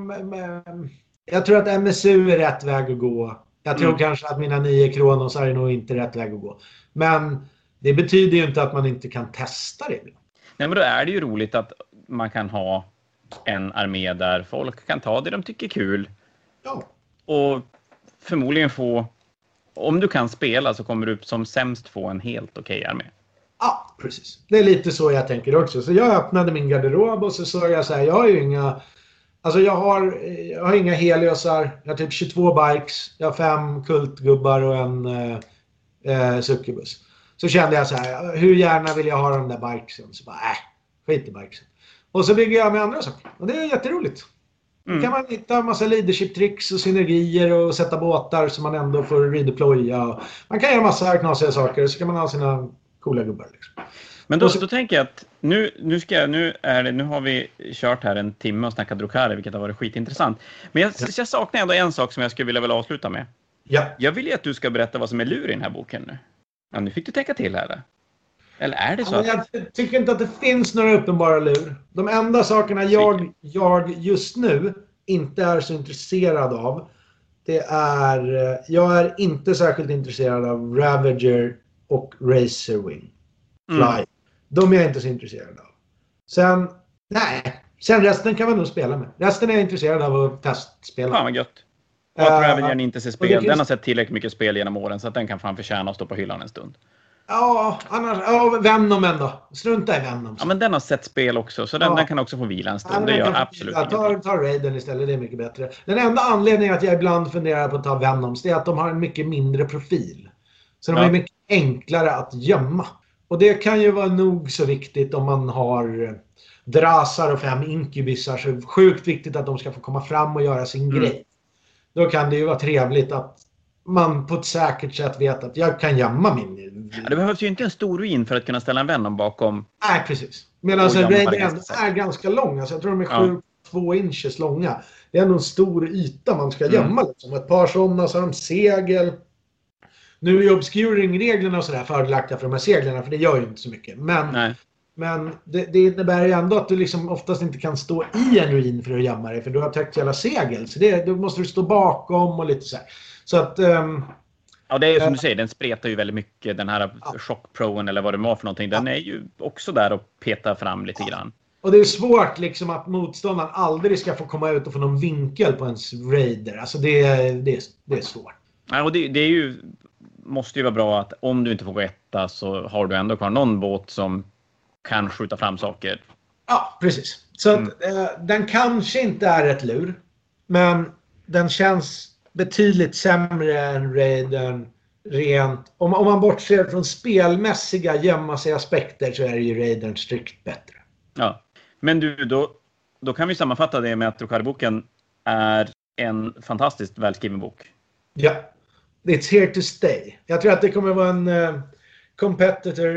Um, jag tror att M S U är rätt väg att gå. Jag tror mm. kanske att mina nio Kronos är nog inte rätt väg att gå. Men det betyder ju inte att man inte kan testa det. Nej, men då är det ju roligt att man kan ha en armé där folk kan ta det de tycker är kul. Ja. Och förmodligen få, om du kan spela så kommer du som sämst få en helt okej armé. Ja, precis. Det är lite så jag tänker också. Så jag öppnade min garderob och så sa jag så här, jag har ju inga, alltså jag har, jag har inga Heliosar, jag har typ tjugotvå bikes, jag har fem kultgubbar och en eh, eh, succubus. Så kände jag så här, hur gärna vill jag ha de där bikesen? Så bara, äh, skit i bikesen. Och så bygger jag med andra saker. Och det är jätteroligt. Mm. Då kan man hitta en massa leadership-tricks och synergier och sätta båtar som man ändå får redeploya. Man kan göra massa knasiga saker och så kan man ha sina coola gubbar. Liksom. Men då, så, då tänker jag att nu, nu, ska jag, nu, är det, nu har vi kört här en timme och snackat Drukhari, vilket har varit skitintressant. Men jag, ja. jag saknar ändå en sak som jag skulle vilja väl avsluta med. Ja. Jag vill ju att du ska berätta vad som är lur i den här boken nu. Ja, nu fick du tänka till här. Eller är det så? Att... Jag tycker inte att det finns några uppenbara lur. De enda sakerna jag, jag just nu inte är så intresserad av, det är, jag är inte särskilt intresserad av Ravager och Razorwing. Fly. Mm. De är jag inte så intresserad av. Sen, nej. Sen resten kan man nog spela med. Resten är jag intresserad av att testspela. Fan vad gött. Och att uh, Ravagern inte ser spel. Den har sett tillräckligt mycket spel genom åren så att den kan fan förtjäna att stå på hyllan en stund. Ja, annars... Ja, Venom ändå. Strunta i Venom. Ja, men den har sett spel också, så den, Ja. den kan också få vila en stund. Ja, det gör kan, absolut ja, ta, ingenting. ta Raiden istället, det är mycket bättre. Den enda anledningen att jag ibland funderar på att ta Venoms, det är att de har en mycket mindre profil. Så de Ja. är mycket enklare att gömma. Och det kan ju vara nog så viktigt om man har drasar och fem inkubisar. Så är det sjukt viktigt att de ska få komma fram och göra sin Mm. grej. Då kan det ju vara trevligt att man på ett säkert sätt vet att jag kan gömma min... Ja, det behövs ju inte en stor ruin för att kunna ställa en Venom bakom. Nej, precis. Medan Och gömma Raiden det ändå ganska är ganska lång. Alltså jag tror de är Ja. sju två inches långa. Det är ändå en stor yta man ska Mm. gömma. Liksom. Ett par sådana, så har de segel. Nu är ju obscuring-reglerna och sådär fördelaktiga för de här seglarna, för det gör ju inte så mycket. Men, Nej. men det, det innebär ju ändå att du liksom oftast inte kan stå i en ruin för att gömma dig, för du har täckt hela segel. Så det, då måste du stå bakom och lite så här. Så att... Um, Ja, det är ju som du säger, den spretar ju väldigt mycket. Den här Ja. Shock Proen eller vad det var för någonting. Den är ju också där och petar fram lite grann. Och det är svårt liksom att motståndaren aldrig ska få komma ut och få någon vinkel på ens raider. Alltså det, det, det är svårt. Ja, och det, det är ju, måste ju vara bra att om du inte får gå etta så har du ändå kvar någon båt som kan skjuta fram saker. Ja, precis. Så Mm. att, eh, den kanske inte är ett lur. Men den känns betydligt sämre än raidern rent. Om, om man bortser från spelmässiga gömma sig aspekter så är det ju raidern strikt bättre. Ja. Men du, då, då kan vi sammanfatta det med att Drukhari-boken är en fantastiskt välskriven bok. Ja. It's here to stay. Jag tror att det kommer vara en uh, competitor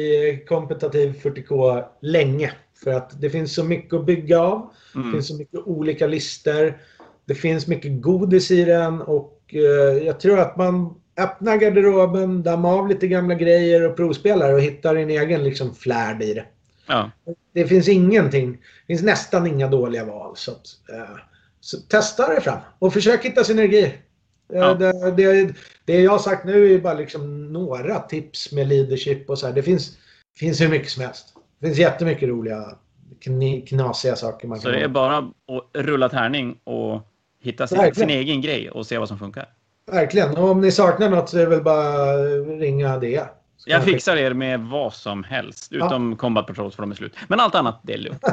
i kompetitiv fyrtio K länge. För att det finns så mycket att bygga av. Mm. Det finns så mycket olika listor. Det finns mycket godis i den. Och uh, jag tror att man öppnar garderoben, dammar av lite gamla grejer och provspelar och hittar en egen liksom flärd i det. Ja. Det finns ingenting. Det finns nästan inga dåliga val. Så, att, uh, så testa det fram. Och försök hitta synergi. Ja. Det, det, det jag har sagt nu är bara liksom några tips med leadership och så här. Det finns, finns hur mycket som helst. Det finns jättemycket roliga kn- knasiga saker man Så kan det är göra. bara att rulla tärning och hitta sin, Verkligen. sin egen grej och se vad som funkar. Verkligen. Och om ni saknar något så är det väl bara ringa det. Så Jag kan fixar er med vad som helst, Ja. utom Combat Patrols för de är slut. Men allt annat, det är lugnt.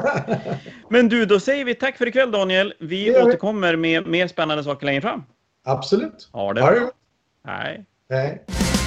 Men du, då säger vi tack för ikväll, Daniel. Vi Det gör vi. återkommer med mer spännande saker längre fram. Absolut. Ha det Ha det bra. bra. Hej. Nej.